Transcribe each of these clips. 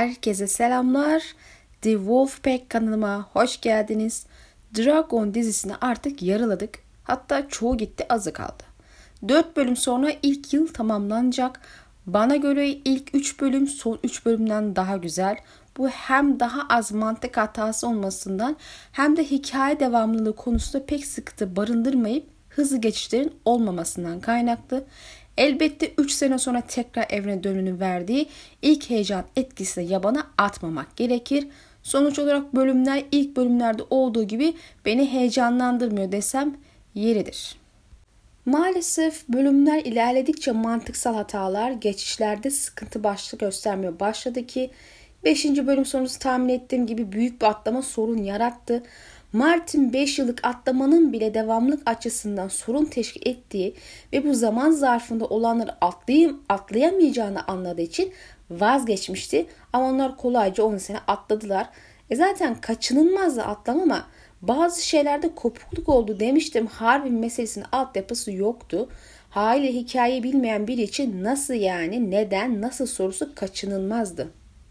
Herkese selamlar. The Wolfpack kanalıma hoş geldiniz. Dragon dizisini artık yarıladık. Hatta çoğu gitti, azı kaldı. 4 bölüm sonra ilk yıl tamamlanacak. Bana göre ilk 3 bölüm son 3 bölümden daha güzel. Bu hem daha az mantık hatası olmasından hem de hikaye devamlılığı konusunda pek sıkıntı barındırmayıp hızlı geçişlerin olmamasından kaynaklı. Elbette 3 sene sonra tekrar evrene dönünün verdiği ilk heyecan etkisini yabana atmamak gerekir. Sonuç olarak bölümler ilk bölümlerde olduğu gibi beni heyecanlandırmıyor desem yeridir. Maalesef bölümler ilerledikçe mantıksal hatalar geçişlerde sıkıntı başlığı göstermeye başladı ki 5. bölüm sonrası tahmin ettiğim gibi büyük bir atlama sorun yarattı. Martin 5 yıllık atlamanın bile devamlılık açısından sorun teşkil ettiği ve bu zaman zarfında olanları atlayamayacağını anladığı için vazgeçmişti. Ama onlar kolayca 10 sene atladılar. Zaten kaçınılmazdı atlama ama bazı şeylerde kopukluk oldu demiştim. Harvey'in meselesinin altyapısı yoktu. Haliyle hikayeyi bilmeyen biri için nasıl yani, neden, nasıl sorusu kaçınılmazdı.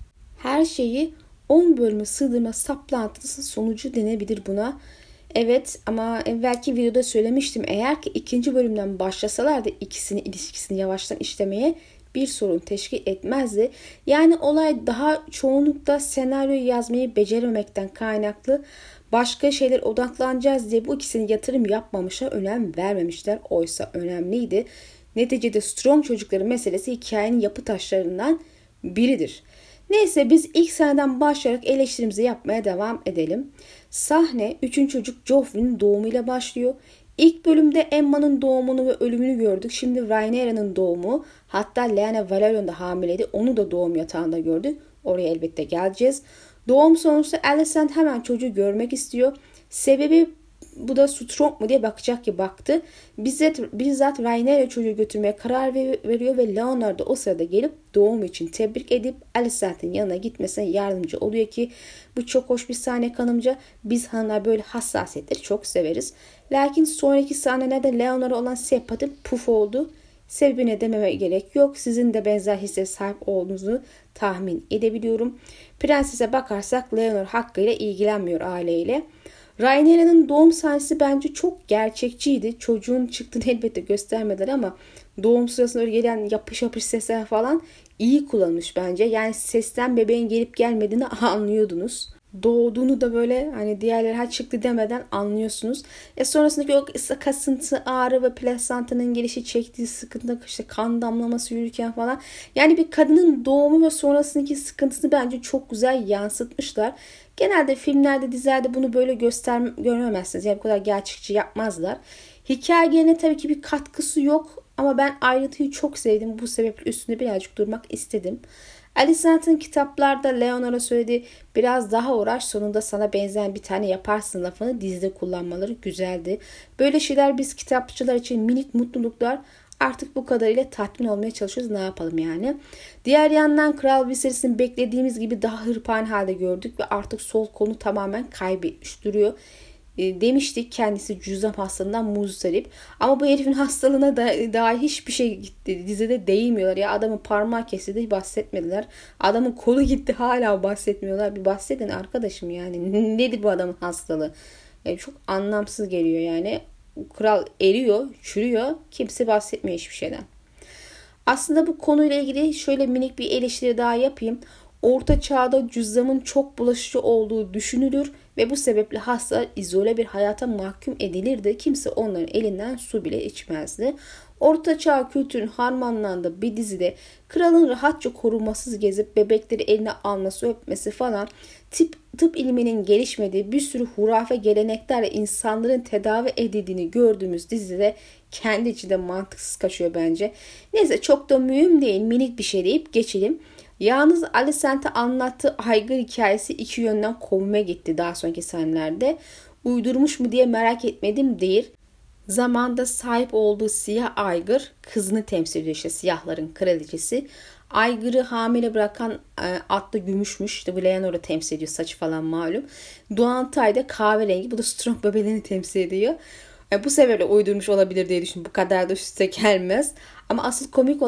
Her şeyi 10 bölüme sığdırma saplantısı sonucu denebilir buna. Evet, ama evvelki videoda söylemiştim. Eğer ki 2. bölümden başlasalardı ikisinin ilişkisini yavaştan işlemeye bir sorun teşkil etmezdi. Yani olay daha çoğunlukla senaryoyu yazmayı becerememekten kaynaklı. Başka şeyler odaklanacağız diye bu ikisini yatırım yapmamışlar, önem vermemişler. Oysa önemliydi. Neticede Strong çocukları meselesi hikayenin yapı taşlarından biridir. Neyse, biz ilk sahneden başlayarak eleştirimizi yapmaya devam edelim. Sahne 3. çocuk Joffrey'nin doğumuyla başlıyor. İlk bölümde Emma'nın doğumunu ve ölümünü gördük. Şimdi Rhaenyra'nın doğumu, hatta Lyanna Velaryon da hamileydi. Onu da doğum yatağında gördük. Oraya elbette geleceğiz. Doğum sonrası Alicent hemen çocuğu görmek istiyor. Sebebi bu da Strong mu diye bakacak ki baktı. Bizzat Rhaenyra çocuğu götürmeye karar veriyor ve Leonard da o sırada gelip doğum için tebrik edip Alicent'in yanına gitmesine yardımcı oluyor ki bu çok hoş bir sahne kanımca. Biz hanımlar böyle hassasiyetleri çok severiz. Lakin sonraki sahnelerde Leonard'a olan sempatim puf oldu. Sebebine dememe gerek yok. Sizin de benzer hisse sahip olduğunuzu tahmin edebiliyorum. Prensese bakarsak Leonard hakkıyla ilgilenmiyor aileyle. Rhaenyra'nın doğum sahnesi bence çok gerçekçiydi. Çocuğun çıktığını elbette göstermediler ama doğum sırasında öyle gelen yapış yapış sesler falan iyi kullanılmış bence. Yani sesten bebeğin gelip gelmediğini anlıyordunuz. Doğduğunu da böyle hani diğerleri ha çıktı demeden anlıyorsunuz. Sonrasındaki o kasıntı, ağrı ve plasentanın gelişi çektiği sıkıntı, işte kan damlaması yürürken falan. Yani bir kadının doğumu ve sonrasındaki sıkıntısını bence çok güzel yansıtmışlar. Genelde filmlerde, dizilerde bunu böyle göremezsiniz. Yani bu kadar gerçekçi yapmazlar. Hikayeye tabii ki bir katkısı yok ama ben ayrıntıyı çok sevdim. Bu sebeple üstünde birazcık durmak istedim. Alicent'in kitaplarda Leonard'a söylediği biraz daha uğraş, sonunda sana benzeyen bir tane yaparsın lafını dizide kullanmaları güzeldi. Böyle şeyler biz kitapçılar için minik mutluluklar. Artık bu kadarıyla tatmin olmaya çalışıyoruz. Ne yapalım yani. Diğer yandan Kral Viserys'in beklediğimiz gibi daha hırpani halde gördük ve artık sol kolunu tamamen kaybetmiş duruyor. Demiştik kendisi cüzdan hastalığından muzdarip. Ama bu herifin hastalığına dair hiçbir şey gitti. Dizide değinmiyorlar. Ya adamın parmağı kesildi, bahsetmediler. Adamın kolu gitti, hala bahsetmiyorlar. Bir bahsedin arkadaşım yani. Nedir bu adamın hastalığı? Çok anlamsız geliyor yani. Kral eriyor, çürüyor. Kimse bahsetmiyor hiçbir şeyden. Aslında bu konuyla ilgili şöyle minik bir eleştiri daha yapayım. Orta çağda cüzdanın çok bulaşıcı olduğu düşünülür ve bu sebeple hastalar izole bir hayata mahkum edilirdi. Kimse onların elinden su bile içmezdi. Orta çağ kültürün harmanlandığı bir dizide kralın rahatça korumasız gezip bebekleri eline alması, öpmesi falan, tıp ilminin gelişmediği bir sürü hurafe geleneklerle insanların tedavi edildiğini gördüğümüz dizide kendi içinde mantıksız kaçıyor bence. Neyse, çok da mühim değil, minik bir şey deyip geçelim. Yalnız Alicent'e anlattığı aygır hikayesi iki yönden komime gitti daha sonraki sahnelerde. Uydurmuş mu diye merak etmedim değil. Zamanda sahip olduğu siyah aygır kızını temsil ediyor, işte siyahların kraliçesi. Aygırı hamile bırakan atlı gümüşmüş. İşte bu Leonor'u temsil ediyor, saçı falan malum. Doğan Tay da kahverengi, bu da Strong bebelerini temsil ediyor. Bu sebeple uydurmuş olabilir diye düşündüm. Bu kadar da üste gelmez. Ama asıl komik olan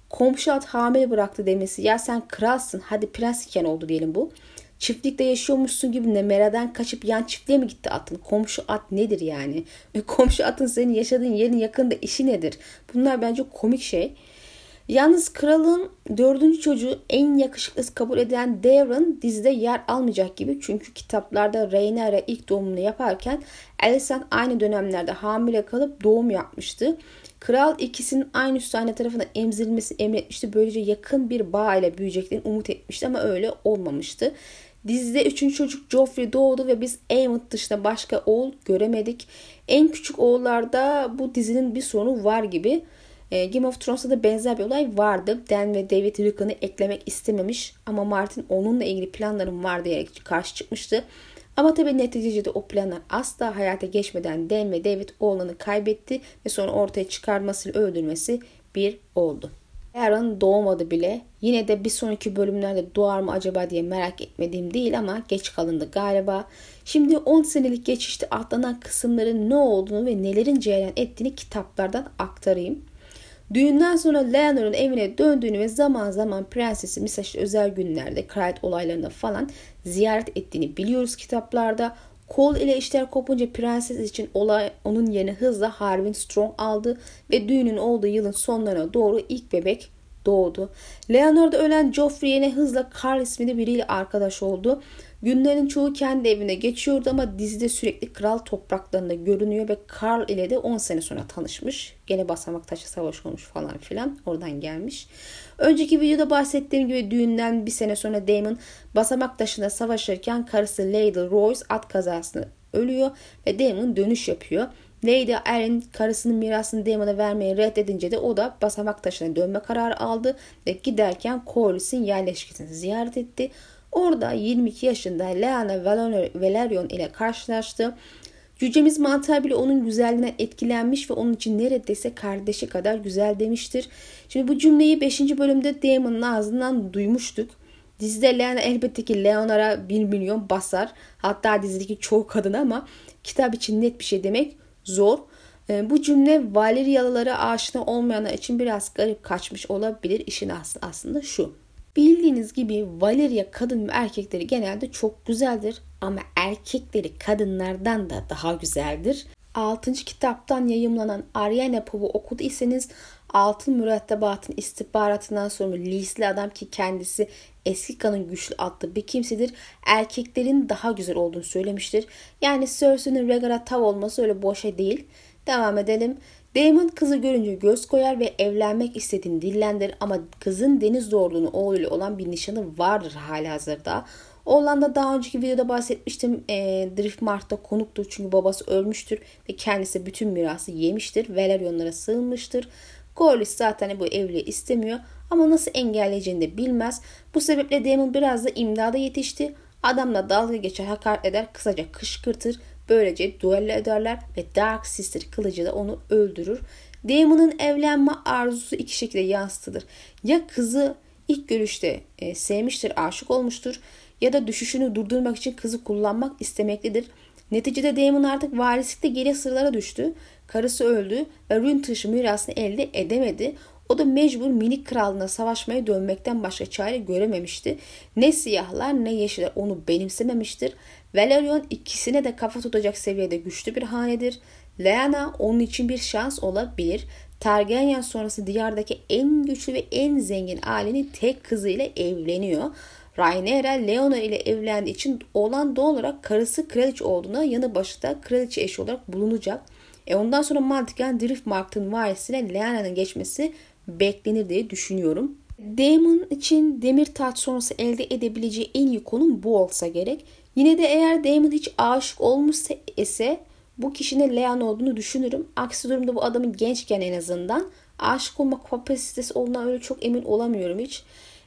Komşu at hamile bıraktı demesi. Ya sen kralsın, hadi prens iken oldu diyelim bu. Çiftlikte yaşıyormuşsun gibi Nemera'dan kaçıp yan çiftliğe mi gitti atın? Komşu at nedir yani? Komşu atın senin yaşadığın yerin yakında işi nedir? Bunlar bence komik şey. Yalnız kralın 4. çocuğu en yakışıklısı kabul edilen Daeron dizide yer almayacak gibi. Çünkü kitaplarda Rhaenyra ilk doğumunu yaparken Alicent aynı dönemlerde hamile kalıp doğum yapmıştı. Kral ikisinin aynı üstane tarafından emzirilmesi emretmişti. Böylece yakın bir bağ ile büyüyeceklerini umut etmişti ama öyle olmamıştı. Dizide 3. çocuk Joffrey doğdu ve biz Aemond dışında başka oğul göremedik. En küçük oğullarda bu dizinin bir sorunu var gibi. Game of Thrones'ta da benzer bir olay vardı. Dan ve David Rickon'u eklemek istememiş ama Martin onunla ilgili planlarım var diyerek karşı çıkmıştı. Ama tabii neticede o planlar asla hayata geçmeden Dan ve David oğlanı kaybetti ve sonra ortaya çıkarmasıyla öldürmesi bir oldu. Aaron doğmadı bile. Yine de bir sonraki bölümlerde doğar mı acaba diye merak etmediğim değil ama geç kalındı galiba. Şimdi 10 senelik geçişte atlanan kısımların ne olduğunu ve nelerin cereyan ettiğini kitaplardan aktarayım. Düğünden sonra Leonor'un evine döndüğünü ve zaman zaman prensesi mesela özel günlerde, kraliyet olaylarında falan ziyaret ettiğini biliyoruz kitaplarda. Cole ile işler kopunca prenses için olay onun yerine hızla Harwin Strong aldı ve düğünün olduğu yılın sonlarına doğru ilk bebek doğdu. Leonor'da ölen Joffrey yine hızla Carl isminde biriyle arkadaş oldu. Günlerin çoğu kendi evine geçiyordu ama dizide sürekli kral topraklarında görünüyor ve Carl ile de 10 sene sonra tanışmış. Gene basamak taşı savaş olmuş falan filan, oradan gelmiş. Önceki videoda bahsettiğim gibi düğünden bir sene sonra Daemon basamak taşında savaşırken karısı Lady Royce at kazasında ölüyor ve Daemon dönüş yapıyor. Lady Arryn karısının mirasını Daemon'a vermeyi reddedince de o da basamak taşına dönme kararı aldı ve giderken Corlys'in yerleşkesini ziyaret etti. Orada 22 yaşında Lyanna Velaryon ile karşılaştı. Cücemiz Mantar bile onun güzelliğinden etkilenmiş ve onun için neredeyse kardeşi kadar güzel demiştir. Şimdi bu cümleyi 5. bölümde Daemon'un ağzından duymuştuk. Dizide Lyanna elbette ki Leonor'a 1 milyon basar. Hatta dizideki çoğu kadın ama kitap için net bir şey demek zor. Bu cümle Valyriyalılara aşina olmayanlar için biraz garip kaçmış olabilir. İşin aslı aslında şu. Bildiğiniz gibi Valyria kadın ve erkekleri genelde çok güzeldir ama erkekleri kadınlardan da daha güzeldir. 6. kitaptan yayımlanan Arianne Poe'u okuduysanız Altın Mürettebat'ın istihbaratından sonra Lee'sli adam ki kendisi eski kanın güçlü adlı bir kimsedir. Erkeklerin daha güzel olduğunu söylemiştir. Yani Cersei'nin Rhaegar'a tav olması öyle boşa değil. Devam edelim. Daemon kızı görünce göz koyar ve evlenmek istediğini dillendirir ama kızın Deniz Lordu'nun oğluyla olan bir nişanı vardır halihazırda. Oğlan da daha önceki videoda bahsetmiştim. Driftmark'ta konuktur çünkü babası ölmüştür ve kendisi bütün mirası yemiştir. Velaryonlara sığınmıştır. Corlys zaten bu evliliği istemiyor ama nasıl engelleyeceğini de bilmez. Bu sebeple Daemon biraz da imdada yetişti. Adamla dalga geçer, hakaret eder, kısaca kışkırtır. Böylece duello ederler ve Dark Sister kılıcı da onu öldürür. Daemon'un evlenme arzusu iki şekilde yansıtılır. Ya kızı ilk görüşte sevmiştir, aşık olmuştur ya da düşüşünü durdurmak için kızı kullanmak istemektedir. Neticede Daemon artık varislikte geri sıralara düştü. Karısı öldü ve Rune taşı mirasını elde edemedi. O da mecbur minik krallığına savaşmaya dönmekten başka çare görememişti. Ne siyahlar ne yeşiller onu benimsememiştir. Velaryon ikisine de kafa tutacak seviyede güçlü bir hanedir. Lyanna onun için bir şans olabilir. Targaryen sonrası diyardaki en güçlü ve en zengin ailenin tek kızıyla evleniyor. Rhaenyra Leonor ile evlendiği için oğlan doğal olarak karısı kraliçe olduğuna yanı başında kraliçe eşi olarak bulunacak. Ondan sonra mantıken Driftmark'ın varisine Lyanna'nın geçmesi beklenir diye düşünüyorum. Daemon için demir taht sonrası elde edebileceği en iyi konum bu olsa gerek. Yine de eğer Daemon hiç aşık olmuşsa ise bu kişinin Lyanna olduğunu düşünürüm. Aksi durumda bu adamın gençken en azından aşık olma kapasitesi olduğundan öyle çok emin olamıyorum hiç.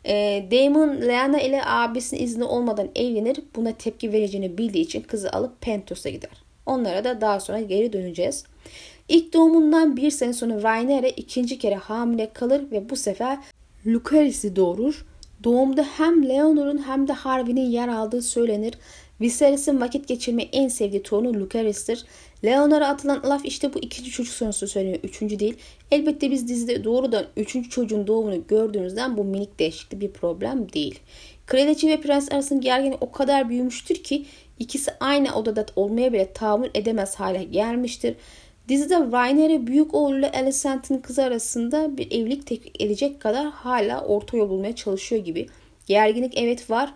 Daemon Lyanna ile abisinin izni olmadan evlenir. Buna tepki vereceğini bildiği için kızı alıp Pentos'a gider. Onlara da daha sonra geri döneceğiz. İlk doğumundan bir sene sonra Rhaenyra ikinci kere hamile kalır ve bu sefer Lucerys'i doğurur. Doğumda hem Leonor'un hem de Harwin'in yer aldığı söylenir. Viserys'in vakit geçirmeyi en sevdiği torunu Lucerys'tir. Leonor'a atılan laf işte bu ikinci çocuk sonrası söyleniyor. Üçüncü değil. Elbette biz dizide doğrudan üçüncü çocuğun doğumunu gördüğümüzden bu minik değişiklik bir problem değil. Kraliçe ve prens arasında gerginlik o kadar büyümüştür ki ikisi aynı odada olmaya bile tahammül edemez hale gelmiştir. Dizide Rhaenyra büyük oğluyla Alicent'in kızı arasında bir evlilik teklif edecek kadar hala orta yol bulmaya çalışıyor gibi. Gerginlik evet var.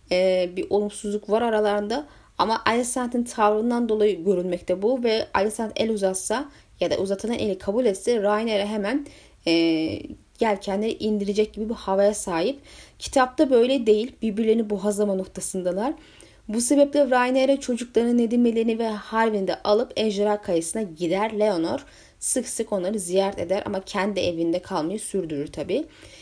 Bir olumsuzluk var aralarında. Ama Alicent'in tavrından dolayı görülmekte bu. Ve Alicent el uzatsa ya da uzatılan eli kabul etse Rhaenyra hemen yelkenleri indirecek gibi bir havaya sahip. Kitapta böyle değil. Birbirlerini boğazlama noktasındalar. Bu sebeple Rhaenyra çocuklarını Nedimelerini ve Harwin'i de alıp Ejderha Kayası'na gider. Leonor sık sık onları ziyaret eder ama kendi evinde kalmayı sürdürür tabi.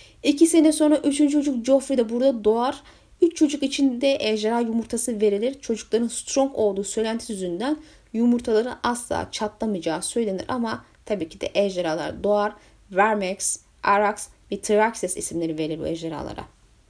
2 sene sonra 3. çocuk Joffrey de burada doğar. 3 çocuk için de ejderha yumurtası verilir. Çocukların strong olduğu söylentisi yüzünden yumurtaların asla çatlamayacağı söylenir ama tabii ki de ejderhalar doğar. Vermex, Arax ve Traxes isimleri verilir bu ejderhalara.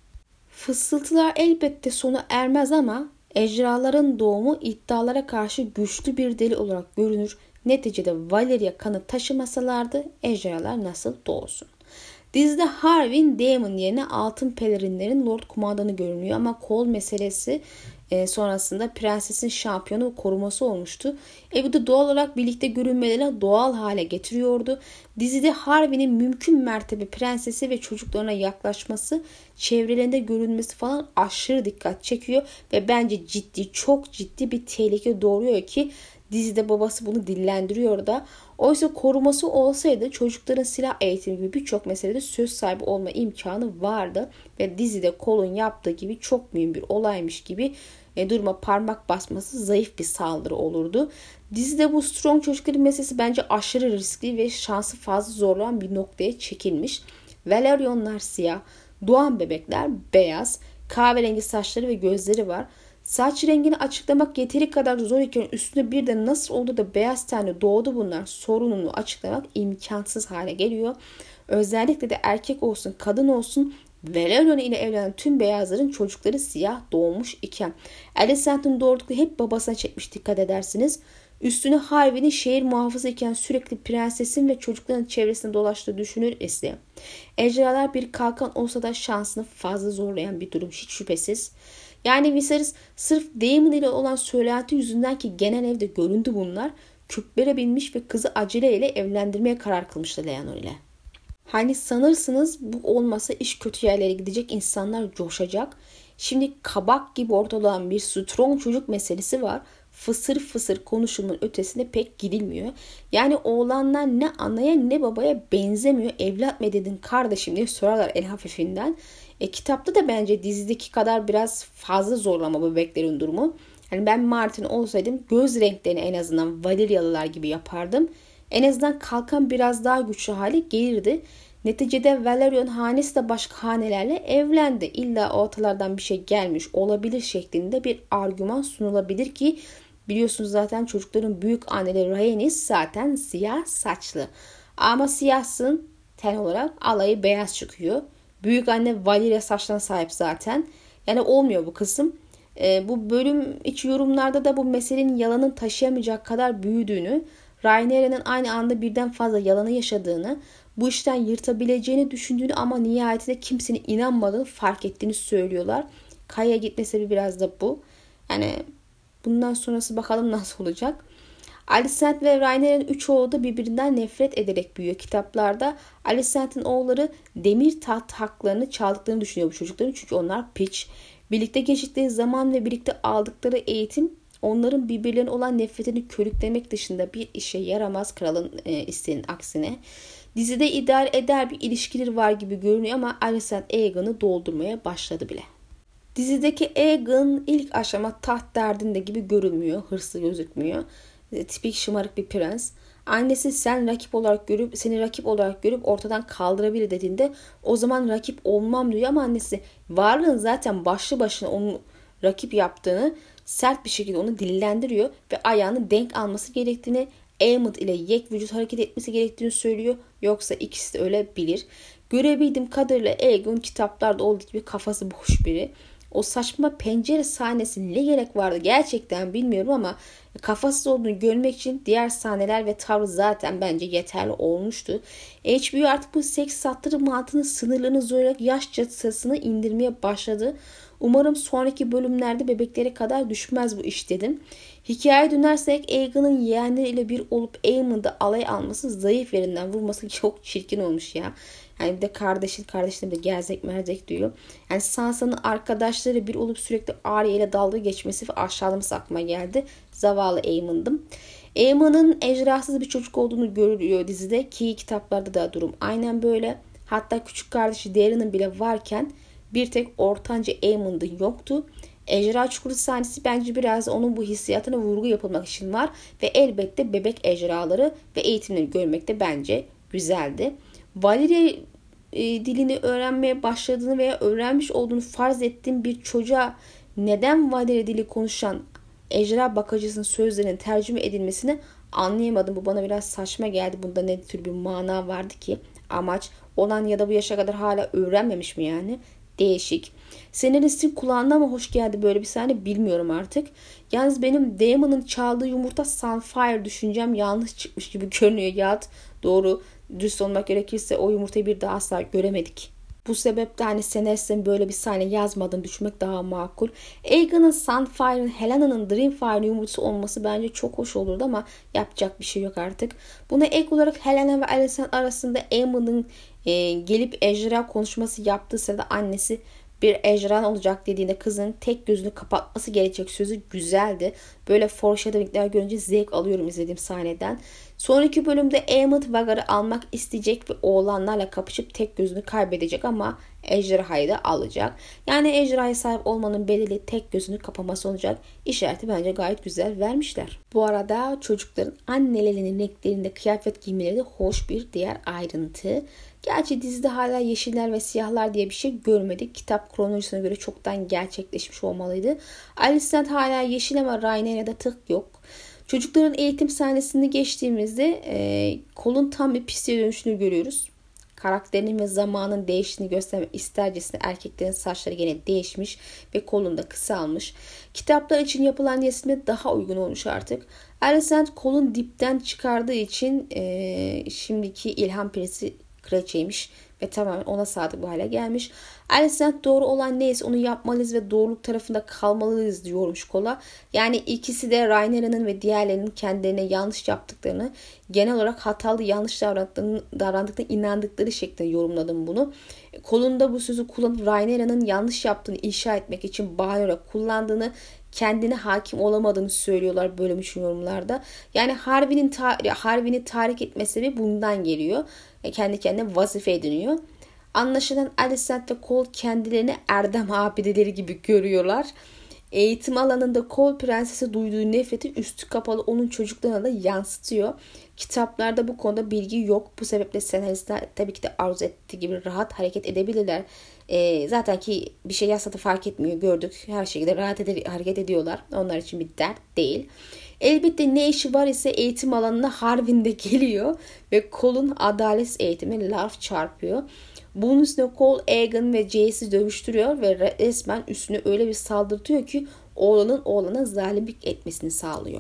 Fısıltılar elbette sona ermez ama ejderhaların doğumu iddialara karşı güçlü bir delil olarak görünür. Neticede Valyria kanı taşımasalardı ejderhalar nasıl doğsun? Dizide Harwin Daemon yerine altın pelerinlerin Lord Kumandanı görünüyor ama kol meselesi sonrasında prensesin şampiyonu ve koruması olmuştu. Bu da doğal olarak birlikte görünmeleri doğal hale getiriyordu. Dizide Harwin'in mümkün mertebe prensesi ve çocuklarına yaklaşması, çevrelerinde görünmesi falan aşırı dikkat çekiyor ve bence ciddi, çok ciddi bir tehlike doğuruyor ki dizide babası bunu dillendiriyor da. Oysa koruması olsaydı çocukların silah eğitimi gibi birçok meselede söz sahibi olma imkanı vardı. Ve dizide Cole'un yaptığı gibi çok mühim bir olaymış gibi duruma parmak basması zayıf bir saldırı olurdu. Dizide bu strong çocukların meselesi bence aşırı riskli ve şansı fazla zorlayan bir noktaya çekilmiş. Valyrianlar siyah, doğan bebekler beyaz, kahverengi saçları ve gözleri var. Saç rengini açıklamak yeteri kadar zor iken üstüne bir de nasıl oldu da beyaz tenli doğdu bunlar sorununu açıklamak imkansız hale geliyor. Özellikle de erkek olsun kadın olsun Velaryon ile evlenen tüm beyazların çocukları siyah doğmuş iken Alicent'in doğurdukları hep babasına çekmiş dikkat edersiniz. Üstüne Harwin'in şehir muhafızı iken sürekli prensesin ve çocukların çevresinde dolaştığı düşünür ise ejderhalar bir kalkan olsa da şansını fazla zorlayan bir durum hiç şüphesiz. Yani Viserys sırf Daemon ile olan söylenti yüzünden ki genel evde göründü bunlar küplere binmiş ve kızı aceleyle evlendirmeye karar kılmıştı Leonor ile. Hani sanırsınız bu olmasa iş kötü yerlere gidecek insanlar coşacak. Şimdi kabak gibi ortada olan bir strong çocuk meselesi var. Fısır fısır konuşumun ötesine pek gidilmiyor. Yani oğlanlar ne anaya ne babaya benzemiyor. Evlat mı dedin kardeşim diye sorarlar el hafifinden. Kitapta da bence dizideki kadar biraz fazla zorlama bebeklerin durumu. Yani ben Martin olsaydım göz renklerini en azından Valyrialılar gibi yapardım. En azından kalkan biraz daha güçlü hale gelirdi. Neticede Velaryon hanesi de başka hanelerle evlendi. İlla ortalardan bir şey gelmiş olabilir şeklinde bir argüman sunulabilir ki biliyorsunuz zaten çocukların büyük anneleri Rhaenys zaten siyah saçlı. Ama siyahsın ten olarak alayı beyaz çıkıyor. Büyük anne Valyria saçlarına sahip zaten. Yani olmuyor bu kısım. Bu bölüm içi yorumlarda da bu meselenin yalanın taşıyamayacak kadar büyüdüğünü, Rhaenyra'nın aynı anda birden fazla yalanı yaşadığını, bu işten yırtabileceğini düşündüğünü ama nihayetinde kimsenin inanmadığını fark ettiğini söylüyorlar. Kaya'ya gitme sebebi biraz da bu. Yani bundan sonrası bakalım nasıl olacak. Alicent ve Rhaenyra'nın 3 oğlu da birbirinden nefret ederek büyüyor kitaplarda. Alicent'in oğulları demir taht haklarını çaldıklarını düşünüyor bu çocukların. Çünkü onlar piç. Birlikte geçtikleri zaman ve birlikte aldıkları eğitim onların birbirlerine olan nefretini körüklemek dışında bir işe yaramaz kralın isteğinin aksine. Dizide idare eder bir ilişkileri var gibi görünüyor ama Alicent Aegon'u doldurmaya başladı bile. Dizideki Aegon ilk aşama taht derdinde gibi görünmüyor, hırslı gözükmüyor. Tipik şımarık bir prens. Annesi seni rakip olarak görüp ortadan kaldırabilir dediğinde o zaman rakip olmam diyor ama annesi varlığın zaten başlı başına onu rakip yaptığını sert bir şekilde onu dillendiriyor ve ayağını denk alması gerektiğini, Aemond ile yek vücut hareket etmesi gerektiğini söylüyor. Yoksa ikisi de ölebilir. Görebildiğim kadarıyla Aegon kitaplarda olduğu gibi kafası boş biri. O saçma pencere sahnesine ne gerek vardı gerçekten bilmiyorum ama kafasız olduğunu görmek için diğer sahneler ve tavrı zaten bence yeterli olmuştu. HBO artık bu seks sattırı mantığının sınırlarını zorlayarak yaş çatısını indirmeye başladı. Umarım sonraki bölümlerde bebeklere kadar düşmez bu iş dedim. Hikayeye dönersek Aegon'un yeğenleriyle bir olup Aemond'u alay alması, zayıf yerinden vurması çok çirkin olmuş ya. Yani bir de kardeşine de gerzek merzek diyor. Yani Sansa'nın arkadaşları bir olup sürekli Arya ile dalga geçmesi ve aşağılaması aklıma geldi. Zavallı Aemond'um. Aemon'un ejderhasız bir çocuk olduğunu görüyor dizide ki kitaplarda da durum aynen böyle. Hatta küçük kardeşi Darren'ın bile varken bir tek ortanca Aemond'un yoktu. Ejderha çukuru sahnesi bence biraz onun bu hissiyatına vurgu yapılmak için var ve elbette bebek ejderhaları ve eğitimleri görmek de bence güzeldi. Valyria dilini öğrenmeye başladığını veya öğrenmiş olduğunu farz ettiğim bir çocuğa neden Valyria dili konuşan ejderha bakıcısının sözlerinin tercüme edilmesini anlayamadım. Bu bana biraz saçma geldi. Bunda ne tür bir mana vardı ki? Amaç olan ya da bu yaşa kadar hala öğrenmemiş mi yani? Değişik. Senaristin kulağına mı hoş geldi böyle bir sahne bilmiyorum artık. Yalnız benim Daemon'un çaldığı yumurta Sunfire düşüncem yanlış çıkmış gibi görünüyor. Ya doğru dürüst olmak gerekirse o yumurtayı bir daha asla göremedik. Bu sebeple hani senaristin böyle bir sahne yazmadığını düşünmek daha makul. Aegon'un Sunfire'ın Helena'nın Dreamfire'ın yumurtası olması bence çok hoş olurdu ama yapacak bir şey yok artık. Buna ek olarak Helena ve Alicent arasında Aemon'un gelip ejderha konuşması yaptığı sırada annesi bir ejderhan olacak dediğinde kızın tek gözünü kapatması gerekecek sözü güzeldi. Böyle foreshadowing'ler görünce zevk alıyorum izlediğim sahneden. Sonraki bölümde Aemond Vhagar'ı almak isteyecek ve oğlanlarla kapışıp tek gözünü kaybedecek ama ejderhayı da alacak. Yani ejderhaya sahip olmanın bedeli tek gözünü kapaması olacak. İşareti bence gayet güzel vermişler. Bu arada çocukların annelerinin renklerinde kıyafet giymeleri de hoş bir diğer ayrıntı. Gerçi dizide hala yeşiller ve siyahlar diye bir şey görmedik. Kitap kronolojisine göre çoktan gerçekleşmiş olmalıydı. Alicent hala yeşil ama Rhaenyra'da tık yok. Çocukların eğitim sahnesini geçtiğimizde Cole'un tam bir pisliğe dönüşünü görüyoruz. Karakterinin ve zamanın değiştiğini göstermek istercesine erkeklerin saçları gene değişmiş ve Cole'un da kısalmış. Kitaplar için yapılan resme daha uygun olmuş artık. Alicent Cole'un dipten çıkardığı için şimdiki ilham perisi kraliçeymiş ve tamamen ona sadık bu hale gelmiş. Alicent doğru olan neyse onu yapmalıyız ve doğruluk tarafında kalmalıyız diyormuş Cole'a. Yani ikisi de Rhaenyra'nın ve diğerlerinin kendilerine yanlış yaptıklarını, genel olarak hatalı yanlış davrandıklarına inandıkları şeklinde yorumladım bunu. Cole'un da bu sözü kullanıp Rhaenyra'nın yanlış yaptığını inşa etmek için bahane olarak kullandığını, kendine hakim olamadığını söylüyorlar bölüm için yorumlarda. Yani Harvey'nin tahrik etme sebebi bundan geliyor. Kendi kendine vazife ediniyor. Anlaşılan Alicent ve Cole kendilerini erdem abideleri gibi görüyorlar. Eğitim alanında Cole prensese duyduğu nefreti üstü kapalı onun çocuklarına da yansıtıyor. Kitaplarda bu konuda bilgi yok. Bu sebeple senaristler tabii ki de arzu ettiği gibi rahat hareket edebilirler. Zaten ki bir şey yazsa da fark etmiyor. Gördük her şekilde rahat hareket ediyorlar. Onlar için bir dert değil. Elbette ne işi var ise eğitim alanına Harwin'de geliyor ve Cole'un adalet eğitimi laf çarpıyor. Bunun üstüne Cole, Aegon ve Jace'i dövüştürüyor ve resmen üstüne öyle bir saldırtıyor ki oğlana zalimlik etmesini sağlıyor.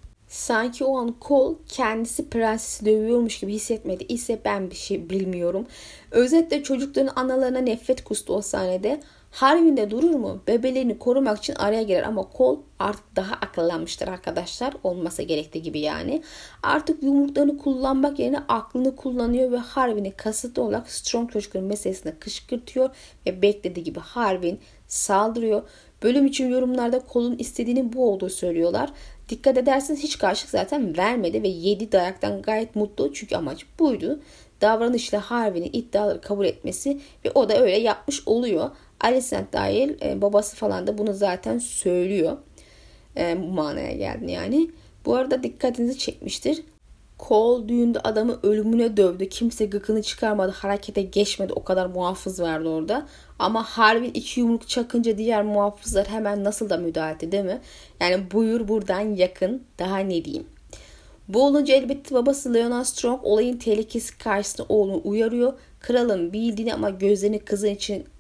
Sanki o an Cole kendisi prensesi dövüyormuş gibi hissetmedi ise ben bir şey bilmiyorum. Özetle çocukların analarına nefret kustu o sahnede. Harwin'de durur mu? Bebelerini korumak için araya girer ama Cole artık daha akıllanmıştır arkadaşlar. Olmasa gerektiği gibi yani. Artık yumruklarını kullanmak yerine aklını kullanıyor ve Harwin'i kasıtlı olarak Strong çocukların meselesine kışkırtıyor ve beklediği gibi Harwin saldırıyor. Bölüm için yorumlarda Cole'un istediğini bu olduğu söylüyorlar. Dikkat ederseniz hiç karşılık zaten vermedi ve yedi dayaktan gayet mutlu çünkü amaç buydu. Davranışla Harvey'nin iddiaları kabul etmesi ve o da öyle yapmış oluyor. Alicent dahil babası falan da bunu zaten söylüyor. Bu manaya geldi yani. Bu arada dikkatinizi çekmiştir. Cole düğünde adamı ölümüne dövdü. Kimse gıkını çıkarmadı. Harekete geçmedi. O kadar muhafız vardı orada. Ama Harwin iki yumruk çakınca diğer muhafızlar hemen nasıl da müdahale etti değil mi? Yani buyur buradan yakın. Daha ne diyeyim. Bu olunca elbette babası Leonard Strong olayın tehlikesi karşısında oğlunu uyarıyor. Kralın bildiğini ama gözlerini kızın için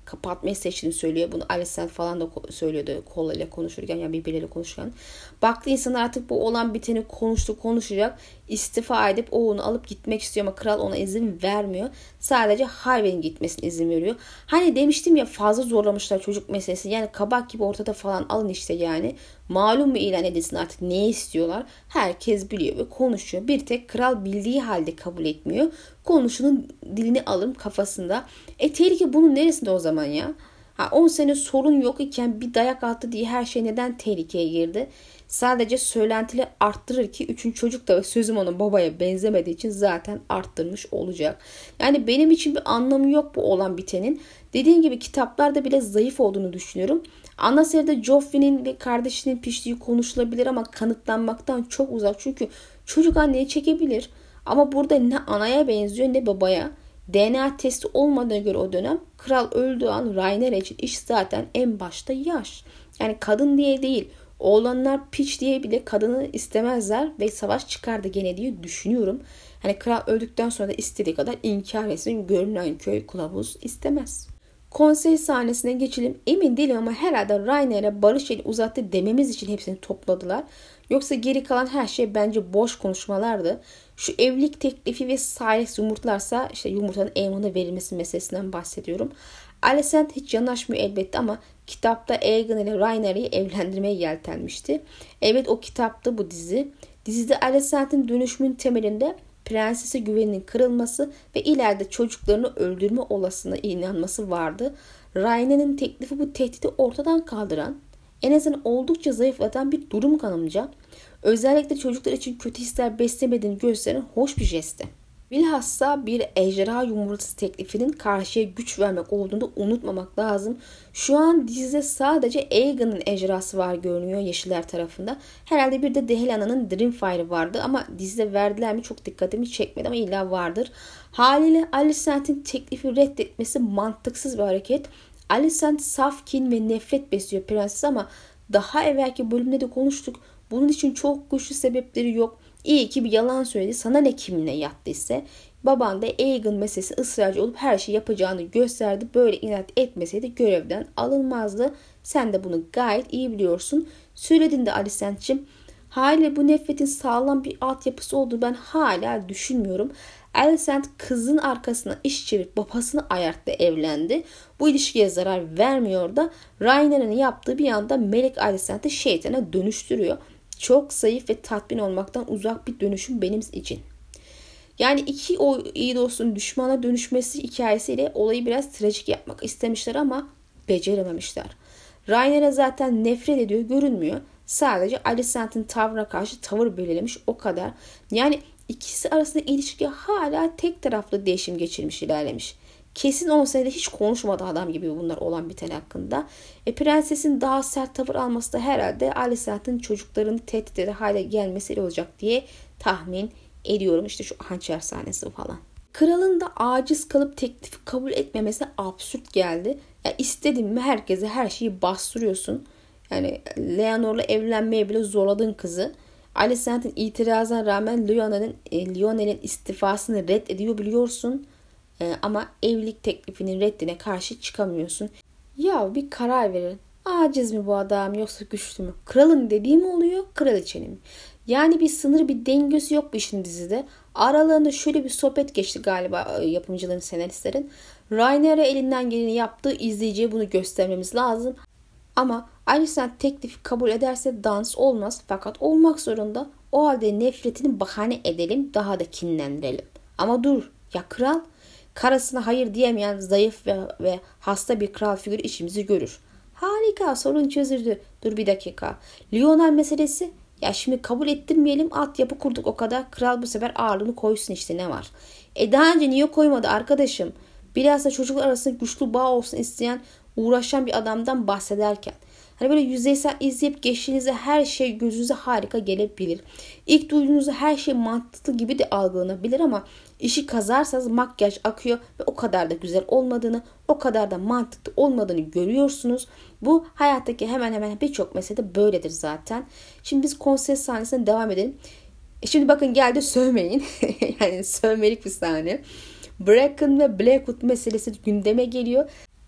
kapatmayı seçtiğini söylüyor. Bunu Alicent falan da söylüyordu Cola ile konuşurken, yani birbirleriyle konuşurken. Baktı insanlar artık bu olan biteni konuşacak. İstifa edip oğlunu alıp gitmek istiyor ama kral ona izin vermiyor. Sadece Harvey'nin gitmesine izin veriyor. Hani demiştim ya, fazla zorlamışlar çocuk meselesini. Yani kabak gibi ortada falan, alın işte yani. Malum mu ilan edilsin artık, ne istiyorlar? Herkes biliyor ve konuşuyor. Bir tek kral bildiği halde kabul etmiyor. Konuşunun dilini alırım kafasında. Tehlike bunun neresinde o zaman ya? 10 sene sorun yok iken bir dayak attı diye her şey neden tehlikeye girdi? Sadece söylentiyle arttırır ki 3. çocuk da sözüm onun babaya benzemediği için zaten arttırmış olacak. Yani benim için bir anlamı yok bu olan bitenin. Dediğim gibi kitaplarda bile zayıf olduğunu düşünüyorum. Ana seride Joffrey'nin ve kardeşinin piştiği konuşulabilir ama kanıtlanmaktan çok uzak. Çünkü çocuk anneyi çekebilir. Ama burada ne anaya benziyor ne babaya. DNA testi olmadığına göre o dönem kral öldüğü an Rhaenyra için iş zaten en başta yaş. Yani kadın diye değil, oğlanlar piç diye bile kadını istemezler ve savaş çıkardı gene diye düşünüyorum. Hani kral öldükten sonra da istediği kadar inkar etsin, görünen köy kılavuz istemez. Konsey sahnesine geçelim. Emin değilim ama herhalde Rhaenyra barış eli uzattı dememiz için hepsini topladılar. Yoksa geri kalan her şey bence boş konuşmalardı. Şu evlilik teklifi ve Syrex yumurtlarsa işte yumurtanın Aemon'a verilmesi meselesinden bahsediyorum. Alicent hiç yanaşmıyor elbette ama kitapta Aegon ile Rhaenyra'yı evlendirmeye yeltenmişti. Evet, o kitapta bu dizi. Dizide Alicent'in dönüşümün temelinde prensese güveninin kırılması ve ileride çocuklarını öldürme olasılığına inanması vardı. Rhaenyra'nın teklifi bu tehdidi ortadan kaldıran, en azından oldukça zayıflatan bir durum kanımca. Özellikle çocuklar için kötü hisler beslemediğini gösteren hoş bir jesti. Bilhassa bir ejderha yumurtası teklifinin karşıya güç vermek olduğunu da unutmamak lazım. Şu an dizide sadece Aegon'un ejderhası var görünüyor Yeşiller tarafında. Herhalde bir de Dehlana'nın Dreamfire'ı vardı ama dizide verdiler mi çok dikkatimi çekmedi ama illa vardır. Haliyle Alicent'in teklifi reddetmesi mantıksız bir hareket. Alicent saf kin ve nefret besliyor prenses ama daha evvelki bölümde de konuştuk. Bunun için çok güçlü sebepleri yok. İyi ki bir yalan söyledi. Sana ne kiminle yattıysa. Baban da Aegon meselesi ısrarcı olup her şeyi yapacağını gösterdi. Böyle inat etmeseydi görevden alınmazdı. Sen de bunu gayet iyi biliyorsun. Söyledin de Alicent'cim. Haliyle bu nefretin sağlam bir altyapısı olduğunu ben hala düşünmüyorum. Alicent kızın arkasına iş çevirip babasını ayarttı, evlendi. Bu ilişkiye zarar vermiyor da Rhaenyra'nın yaptığı bir anda Melek Alicent'i şeytana dönüştürüyor. Çok zayıf ve tatmin olmaktan uzak bir dönüşüm benim için. Yani iki o iyi dostun düşmana dönüşmesi hikayesiyle olayı biraz trajik yapmak istemişler ama becerememişler. Rhaenyra zaten nefret ediyor görünmüyor. Sadece Alicent'in tavrına karşı tavır belirlemiş o kadar. Yani ikisi arasında ilişki hala tek taraflı değişim geçirmiş, ilerlemiş. Kesin 10 senede hiç konuşmadı adam gibi bunlar olan biten hakkında. Prensesin daha sert tavır alması da herhalde Alicent'in çocuklarını tehdit eder hale gelmesiyle olacak diye tahmin ediyorum. İşte şu hançer sahnesi falan. Kralın da aciz kalıp teklifi kabul etmemesi absürt geldi. Ya istedim mi herkese her şeyi bastırıyorsun. Yani Leonor'la evlenmeye bile zorladın kızı. Alicent'in itirazına rağmen Lionel'in istifasını reddediyor biliyorsun. Ama evlilik teklifinin reddine karşı çıkamıyorsun. Ya bir karar verin. Aciz mi bu adam yoksa güçlü mü? Kralın dediği mi oluyor, kraliçenin mi? Yani bir sınır, bir dengesi yok bu işin dizide. Aralarında şöyle bir sohbet geçti galiba yapımcıların, senaristlerin. Rhaenyra elinden geleni yaptığı, izleyiciye bunu göstermemiz lazım. Ama Alicent teklifi kabul ederse dans olmaz, fakat olmak zorunda. O halde nefretini bahane edelim, daha da kinlendirelim. Ama dur ya, kral karısına hayır diyemeyen zayıf ve hasta bir kral figürü işimizi görür. Harika, sorun çözüldü. Dur bir dakika. Lionel meselesi, ya şimdi kabul ettirmeyelim, altyapı kurduk o kadar. Kral bu sefer ağırlığını koysun, işte ne var. Daha önce niye koymadı arkadaşım? Biraz da çocuklar arasında güçlü bağ olsun isteyen, uğraşan bir adamdan bahsederken. Hani böyle yüzeysel izleyip geçtiğinizde her şey gözünüze harika gelebilir. İlk duyduğunuzda her şey mantıklı gibi de algılanabilir ama işi kazarsanız makyaj akıyor ve o kadar da güzel olmadığını, o kadar da mantıklı olmadığını görüyorsunuz. Bu hayattaki hemen hemen birçok meselede böyledir zaten. Şimdi biz konsey sahnesine devam edelim. Şimdi bakın geldi sövmeyin. Yani sövmelik bir sahne. Bracken ve Blackwood meselesi gündeme geliyor.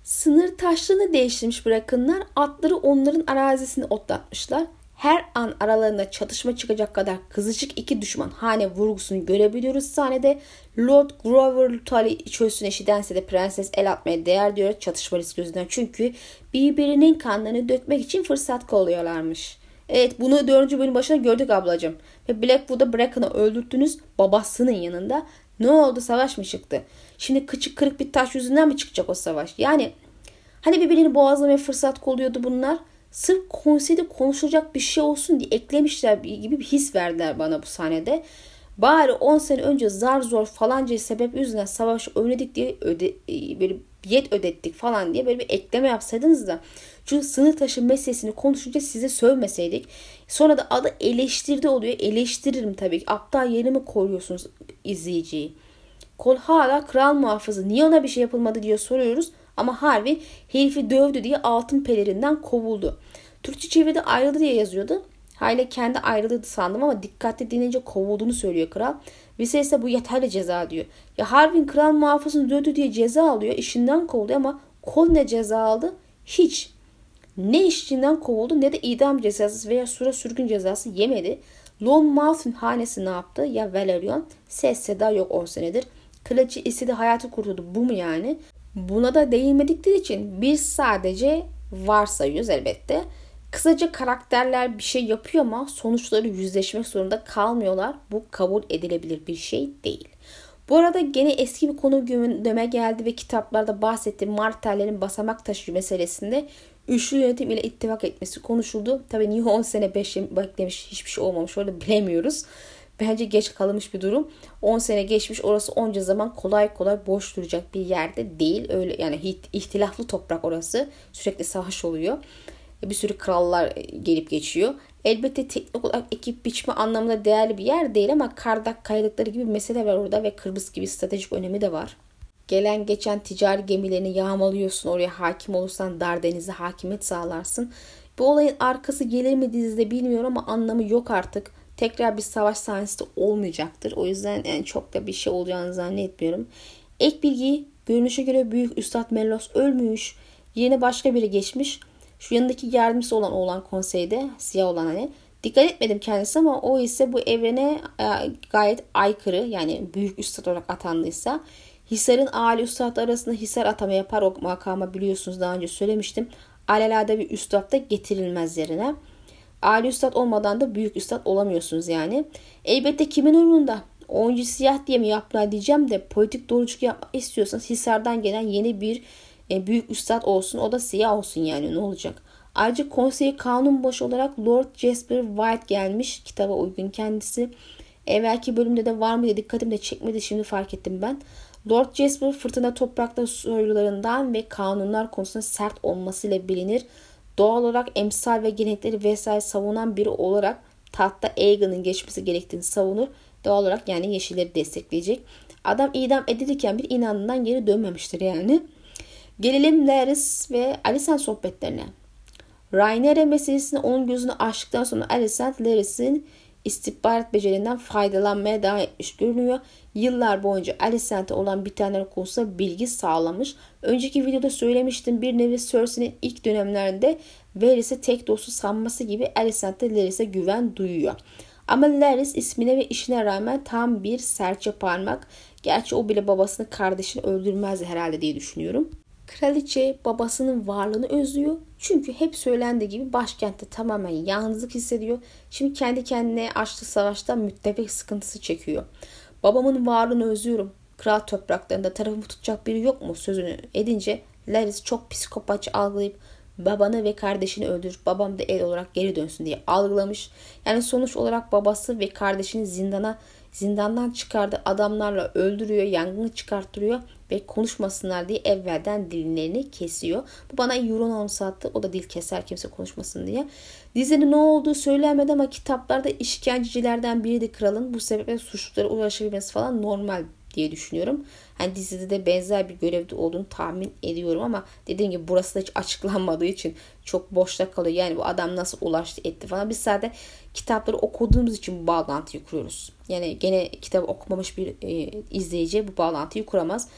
Sınır taşlarını değiştirmiş bırakınlar, atları onların arazisini otlatmışlar. Her an aralarında çatışma çıkacak kadar kızışık iki düşman hane vurgusunu görebiliyoruz sahnede. Lord Grover Tully çölsün eşidense de prenses el atmaya değer diyor çatışma riski yüzünden. Çünkü birbirinin kanlarını dökmek için fırsat kolluyorlarmış. Evet, bunu 4. bölüm başında gördük ablacığım. Ve Blackwood'da Bracken'ı öldürttünüz babasının yanında. Ne oldu, savaş mı çıktı? Şimdi kıçı kırık bir taş yüzünden mi çıkacak o savaş? Yani hani birbirini boğazlamaya fırsat kolluyordu bunlar. Sırf konseyde konuşulacak bir şey olsun diye eklemişler gibi bir his verdiler bana bu sahnede. Bari 10 sene önce zar zor falanca sebep yüzünden savaşı önledik diye böyle bilet ödettik falan diye böyle bir ekleme yapsaydınız da şu sınır taşı meselesini konuşunca size sövmeseydik. Sonra da adı eleştirdi oluyor. Eleştiririm tabii ki. Aptal yerine mi koruyorsunuz izleyiciyi? Kol hala kral muhafızı. Niye ona bir şey yapılmadı diye soruyoruz. Ama Harvey herifi dövdü diye altın pelerinden kovuldu. Türkçe çeviride ayrıldı diye yazıyordu. Hayli kendi ayrıldı sandım ama dikkatli dinleyince kovulduğunu söylüyor kral. Viserys ise bu yeterli ceza diyor. Ya Harvey kral muhafızını dövdü diye ceza alıyor. İşinden kovuluyor ama Kol ne ceza aldı? Hiç. Ne işinden kovuldu ne de idam cezası veya sürgün cezası yemedi. Longmouth'un hanesi ne yaptı? Ya Valerion ses seda yok 10 senedir. Kraliçe istedi hayatı kurtuldu. Bu mu yani? Buna da değinmedikleri için biz sadece varsayıyoruz elbette. Kısaca karakterler bir şey yapıyor ama sonuçları yüzleşmek zorunda kalmıyorlar. Bu kabul edilebilir bir şey değil. Bu arada gene eski bir konu gündeme geldi ve kitaplarda bahsettiğim Martell'lerin basamak taşı meselesinde üçlü yönetim ile ittifak etmesi konuşuldu. Tabii niye 10 sene 5 beklemiş, hiçbir şey olmamış orada bilemiyoruz. Bence geç kalınmış bir durum. 10 sene geçmiş, orası onca zaman kolay kolay boş duracak bir yerde değil. Öyle yani ihtilaflı toprak orası. Sürekli savaş oluyor. Bir sürü krallar gelip geçiyor. Elbette teknik olarak ekip biçme anlamında değerli bir yer değil ama Kardak kayalıkları gibi mesele var orada ve Kıbrıs gibi stratejik önemi de var. Gelen geçen ticari gemilerini yağmalıyorsun. Oraya hakim olursan Dardeniz'e hakimiyet sağlarsın. Bu olayın arkası gelir mi dizide bilmiyorum ama anlamı yok artık. Tekrar bir savaş sahnesi de olmayacaktır. O yüzden yani çok da bir şey olacağını zannetmiyorum. Ek bilgi, görünüşe göre Büyük Üstad Mellos ölmüş. Yerine başka biri geçmiş. Şu yanındaki yardımcısı olan oğlan konseyde, siyah olan hani. Dikkat etmedim kendisi ama o ise bu evrene gayet aykırı. Yani Büyük Üstad olarak atandıysa. Hisar'ın âli üstad arasında Hisar atama yapar o makama, biliyorsunuz daha önce söylemiştim. Alelade bir üstad da getirilmez yerine. Âli üstad olmadan da büyük üstad olamıyorsunuz yani. Elbette kimin umurunda? Oyuncu siyah diye mi yaptılar diyeceğim de politik doğruculuk yapmak istiyorsanız Hisar'dan gelen yeni bir büyük üstad olsun. O da siyah olsun yani, ne olacak? Ayrıca konseye kanun başı olarak Lord Jasper White gelmiş. Kitaba uygun kendisi. Evvelki bölümde de var mı diye dikkatimi de çekmedi, şimdi fark ettim ben. Lord Jasper fırtına toprakta soylularından ve kanunlar konusunda sert olmasıyla bilinir. Doğal olarak emsal ve gelenekleri vesaire savunan biri olarak tahtta Aegon'un geçmesi gerektiğini savunur. Doğal olarak yani yeşilleri destekleyecek. Adam idam edilirken bir inandığından geri dönmemiştir yani. Gelelim Larys ve Alicent sohbetlerine. Rhaenyra meselesini onun gözünü açtıktan sonra Alicent Larys'in istihbarat becerinden faydalanmaya devam etmiş görünüyor. Yıllar boyunca Alicent'e olan bitenler konusunda bilgi sağlamış. Önceki videoda söylemiştim, bir nevi Cersei'nin ilk dönemlerinde Varys'i tek dostu sanması gibi Alicent de Larys'e güven duyuyor. Ama Larys ismine ve işine rağmen tam bir serçe parmak. Gerçi o bile babasını, kardeşini öldürmezdi herhalde diye düşünüyorum. Kraliçe babasının varlığını özlüyor. Çünkü hep söylendiği gibi başkentte tamamen yalnızlık hissediyor. Şimdi kendi kendine açtığı savaşta müttefik sıkıntısı çekiyor. Babamın varlığını özlüyorum. Kral topraklarında tarafımı tutacak biri yok mu sözünü edince Larys çok psikopatça algılayıp babanı ve kardeşini öldür, babam da el olarak geri dönsün diye algılamış. Yani sonuç olarak babası ve kardeşini zindandan çıkardığı adamlarla öldürüyor, yangını çıkarttırıyor ve konuşmasınlar diye evvelden dillerini kesiyor. Bu bana Euron sattı. O da dil keser kimse konuşmasın diye. Dizinin ne olduğu söylenmedi ama kitaplarda işkencecilerden biriydi kralın. Bu sebeple suçlulara ulaşabilmesi falan normal diye düşünüyorum. Hani dizide de benzer bir görevde olduğunu tahmin ediyorum ama dediğim gibi burası da hiç açıklanmadığı için çok boşta kalıyor. Yani bu adam nasıl ulaştı etti falan. Biz sadece kitapları okuduğumuz için bu bağlantıyı kuruyoruz. Yani gene kitabı okumamış bir izleyici bu bağlantıyı kuramaz.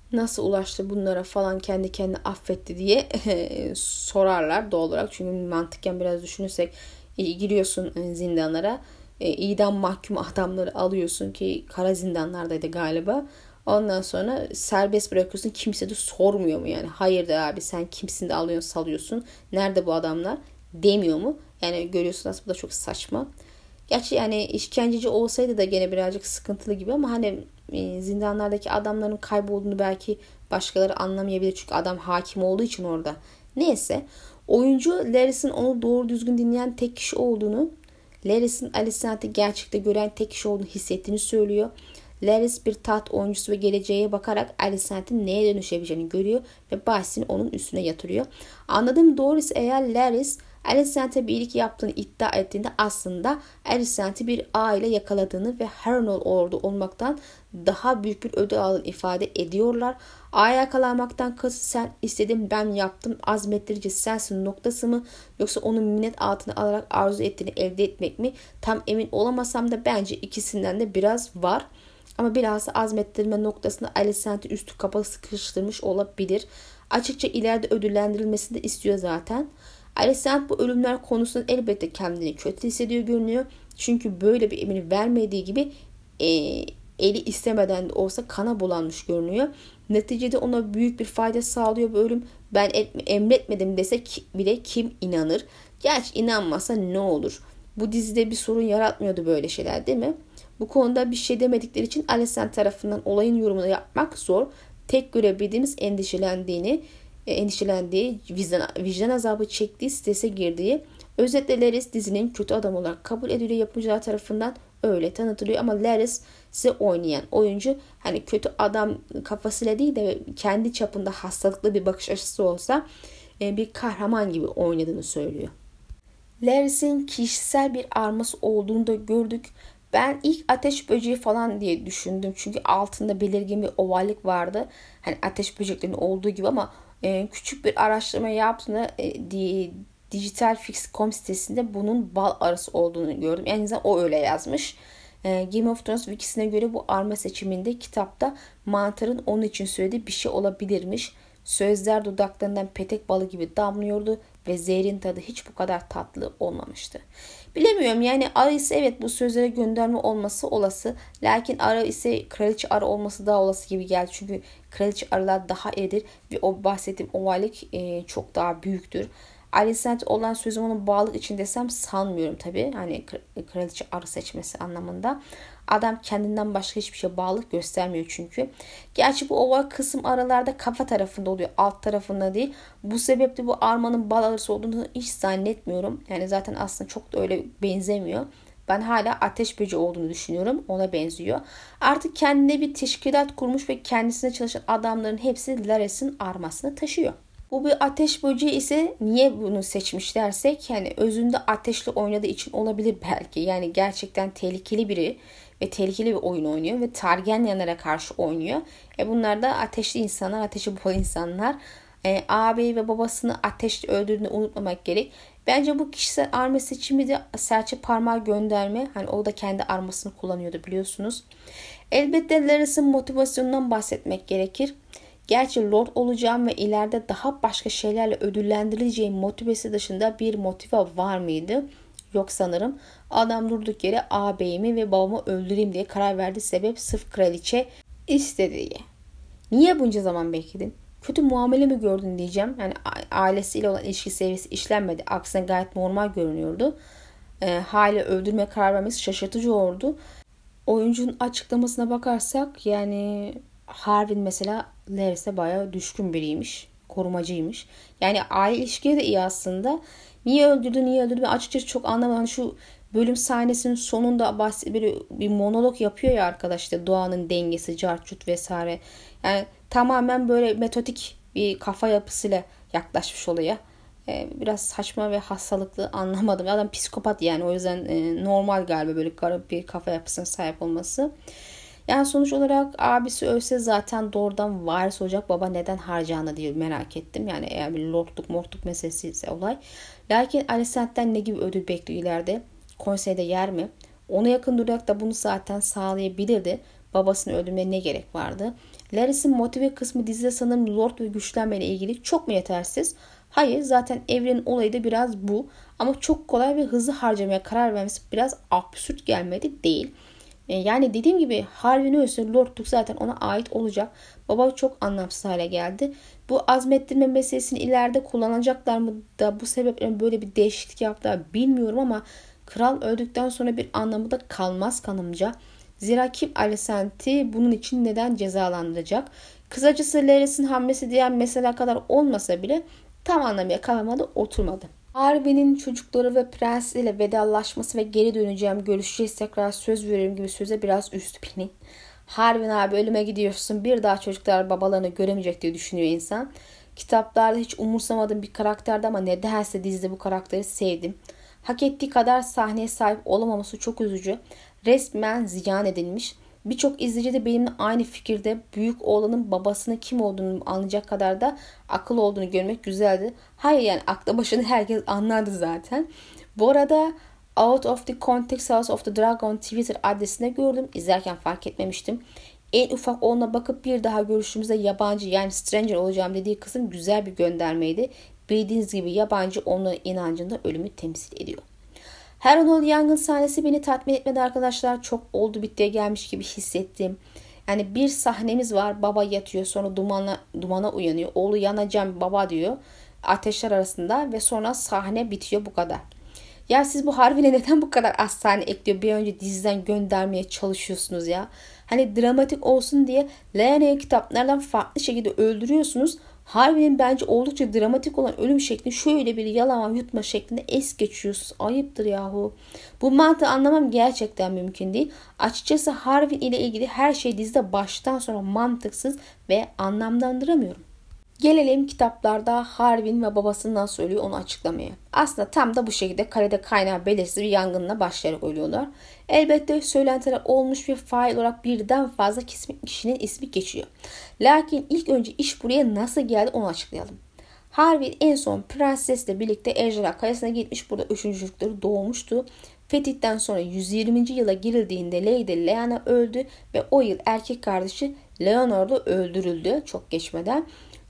nasıl ulaştı bunlara falan, kendi kendine affetti diye sorarlar doğal olarak. Çünkü mantıken biraz düşünürsek giriyorsun zindanlara, idam mahkum adamları alıyorsun ki kara zindanlardaydı galiba. Ondan sonra serbest bırakıyorsun. Kimse de sormuyor mu yani? Hayır de abi, sen kimsin de alıyorsun salıyorsun. Nerede bu adamlar demiyor mu? Yani görüyorsun aslında bu da çok saçma. Gerçi yani işkenceci olsaydı da gene birazcık sıkıntılı gibi ama hani zindanlardaki adamların kaybolduğunu belki başkaları anlamayabilir. Çünkü adam hakim olduğu için orada. Neyse. Oyuncu Laris'in onu doğru düzgün dinleyen tek kişi olduğunu, Laris'in Alicent'i gerçekte gören tek kişi olduğunu hissettiğini söylüyor. Laris bir taht oyuncusu ve geleceğe bakarak Alicent'in neye dönüşebileceğini görüyor ve bahsini onun üstüne yatırıyor. Anladığım doğruysa eğer Laris Alicent'e bir iyilik yaptığını iddia ettiğinde aslında Alicent'i bir aile yakaladığını ve Harrenhal ordu olmaktan daha büyük bir ödül aldığını ifade ediyorlar. Ağa yakalanmaktan kasıt sen istedim ben yaptım azmettirici sensin noktası mı, yoksa onun minnet altına alarak arzu ettiğini elde etmek mi, tam emin olamasam da bence ikisinden de biraz var. Ama bilhassa azmettirme noktasında Alicent'i üstü kapalı sıkıştırmış olabilir. Açıkça ileride ödüllendirilmesini de istiyor zaten. Alicent bu ölümler konusunda elbette kendini kötü hissediyor görünüyor. Çünkü böyle bir emir vermediği gibi e, eli istemeden de olsa kana bulanmış görünüyor. Neticede ona büyük bir fayda sağlıyor bu ölüm. Ben emretmedim dese bile kim inanır? Gerçi inanmasa ne olur? Bu dizide bir sorun yaratmıyordu böyle şeyler değil mi? Bu konuda bir şey demedikleri için Alicent tarafından olayın yorumunu yapmak zor. Tek görebildiğimiz endişelendiği, vicdan azabı çektiği, strese girdiği. Özetle Laris dizinin kötü adam olarak kabul ediliyor yapımcılar tarafından, öyle tanıtılıyor ama Laris ise oynayan oyuncu hani kötü adam kafasıyla değil de kendi çapında hastalıklı bir bakış açısı olsa bir kahraman gibi oynadığını söylüyor. Laris'in kişisel bir arması olduğunu da gördük. Ben ilk ateş böceği falan diye düşündüm. Çünkü altında belirgin bir ovallik vardı. Hani ateş böceklerinin olduğu gibi ama küçük bir araştırma yaptığımda Digital Fix.com sitesinde bunun bal arısı olduğunu gördüm. En azından o öyle yazmış. Game of Thrones wikisine göre bu arma seçiminde kitapta mantarın onun için söylediği bir şey olabilirmiş. Sözler dudaklarından petek balı gibi damlıyordu ve zehrin tadı hiç bu kadar tatlı olmamıştı. Bilemiyorum yani arı ise evet bu sözlere gönderme olması olası. Lakin arı ise kraliçe arı olması daha olası gibi geldi. Çünkü kraliçe arılar daha eridir ve o bahsettiğim ovallik çok daha büyüktür. Alicent olan sözüm onun bağlılık için desem sanmıyorum tabii. Hani kraliçe arı seçmesi anlamında. Adam kendinden başka hiçbir şeye bağlılık göstermiyor çünkü. Gerçi bu oval kısım aralarda kafa tarafında oluyor. Alt tarafında değil. Bu sebeple bu armanın bal arısı olduğunu hiç zannetmiyorum. Yani zaten aslında çok da öyle benzemiyor. Ben hala ateş böceği olduğunu düşünüyorum. Ona benziyor. Artık kendine bir teşkilat kurmuş ve kendisine çalışan adamların hepsi Laris'in armasını taşıyor. Bu bir ateş böceği ise niye bunu seçmiş dersek yani özünde ateşle oynadığı için olabilir belki. Yani gerçekten tehlikeli biri ve tehlikeli bir oyun oynuyor ve Targaryenlere karşı oynuyor. Bunlar da ateşli insanlar, ateşi bol insanlar. Ağabey ve babasını ateşle öldürdüğünü unutmamak gerek. Bence bu kişisel arma seçimi de serçe parmağı gönderme. Hani o da kendi armasını kullanıyordu biliyorsunuz. Elbette Laris'in motivasyonundan bahsetmek gerekir. Gerçi Lord olacağım ve ileride daha başka şeylerle ödüllendirileceğim motivesi dışında bir motive var mıydı? Yok sanırım. Adam durduk yere ağabeyimi ve babamı öldüreyim diye karar verdi. Sebep sırf kraliçe istediği. Niye bunca zaman bekledin? Kötü muamele mi gördün diyeceğim. Yani ailesiyle olan ilişki seviyesi işlenmedi. Aksine gayet normal görünüyordu. Hala öldürmeye karar vermesi şaşırtıcı oldu. Oyuncunun açıklamasına bakarsak yani Harvin mesela Laris'e bayağı düşkün biriymiş. Korumacıymış. Yani aile ilişkileri de iyi aslında. Niye öldürdü ben açıkçası çok anlamadım. Şu bölüm sahnesinin sonunda bir monolog yapıyor ya arkadaş işte doğanın dengesi, carçut vesaire. Yani tamamen böyle metodik bir kafa yapısıyla yaklaşmış olaya. Biraz saçma ve hastalıklı anlamadım. Adam psikopat yani o yüzden normal galiba böyle garip bir kafa yapısına sahip olması. Yani sonuç olarak abisi ölse zaten doğrudan varis olacak baba neden harcağını diye merak ettim. Yani eğer bir mortluk meselesi ise olay. Lakin Alicent'ten ne gibi ödül bekliyor ileride? Konseyde yer mi? Ona yakın durarak da bunu zaten sağlayabilirdi. Babasını öldürmeye ne gerek vardı? Laris'in motive kısmı dizide sanırım Lord ve güçlenme ile ilgili çok mu yetersiz? Hayır, zaten evrenin olayı da biraz bu. Ama çok kolay ve hızlı harcamaya karar vermesi biraz absürt gelmedi değil. Yani dediğim gibi Harvey'nin ölse Lord'luk zaten ona ait olacak. Baba çok anlamsız hale geldi. Bu azmettirme meselesini ileride kullanacaklar mı da bu sebeple böyle bir değişiklik yaptılar bilmiyorum ama kral öldükten sonra bir anlamı da kalmaz kanımca. Zira kim Alicent'i bunun için neden cezalandıracak? Kısacası Larys'in hamlesi diğer mesele kadar olmasa bile tam anlamıyla kafama da oturmadı. Harvey'nin çocukları ve prens ile vedalaşması ve geri döneceğim, görüşeceğiz, tekrar söz veririm gibi söze biraz üstü beni. Harvey abi ölüme gidiyorsun, bir daha çocuklar babalarını göremeyecek diye düşünüyor insan. Kitaplarda hiç umursamadığım bir karakterdi ama nedense dizide bu karakteri sevdim. Hak ettiği kadar sahneye sahip olamaması çok üzücü. Resmen ziyan edilmiş. Birçok izleyici de benimle aynı fikirde. Büyük oğlanın babasının kim olduğunu anlayacak kadar da akıl olduğunu görmek güzeldi. Hayır, yani aklı başını herkes anlardı zaten. Bu arada Out of the Context House of the Dragon Twitter adresinde gördüm. İzlerken fark etmemiştim. En ufak onunla bakıp bir daha görüşümüzde yabancı, yani stranger olacağım dediği kısım güzel bir göndermeydi. Bildiğiniz gibi yabancı onların inancında ölümü temsil ediyor. Harrenhal yangın sahnesi beni tatmin etmedi arkadaşlar. Çok oldu bittiye gelmiş gibi hissettim. Yani bir sahnemiz var. Baba yatıyor, sonra dumana uyanıyor. Oğlu yanacağım baba diyor. Ateşler arasında ve sonra sahne bitiyor, bu kadar. Ya siz bu Harvey'le neden bu kadar az sahne ekliyor? Bir önce diziden göndermeye çalışıyorsunuz ya. Hani dramatik olsun diye Lyana'yı kitaplardan farklı şekilde öldürüyorsunuz. Harvey'nin bence oldukça dramatik olan ölüm şekli şöyle bir yalama yutma şeklinde es geçiyorsunuz. Ayıptır yahu. Bu mantığı anlamam gerçekten mümkün değil. Açıkçası Harvey ile ilgili her şey dizide baştan sona mantıksız ve anlamlandıramıyorum. Gelelim kitaplarda Harvey'nin ve babasının nasıl ölüyor onu açıklamaya. Aslında tam da bu şekilde kalede kaynağı belirsiz bir yangınla başlayarak ölüyorlar. Elbette söylentiler olmuş ve fail olarak birden fazla kişinin ismi geçiyor. Lakin ilk önce iş buraya nasıl geldi onu açıklayalım. Harvey en son prensesle birlikte Ejderha Kayası'na gitmiş. Burada 3. çocukları doğmuştu. Fetih'ten sonra 120. yıla girildiğinde Lady Lyanna öldü ve o yıl erkek kardeşi Leonor da öldürüldü çok geçmeden.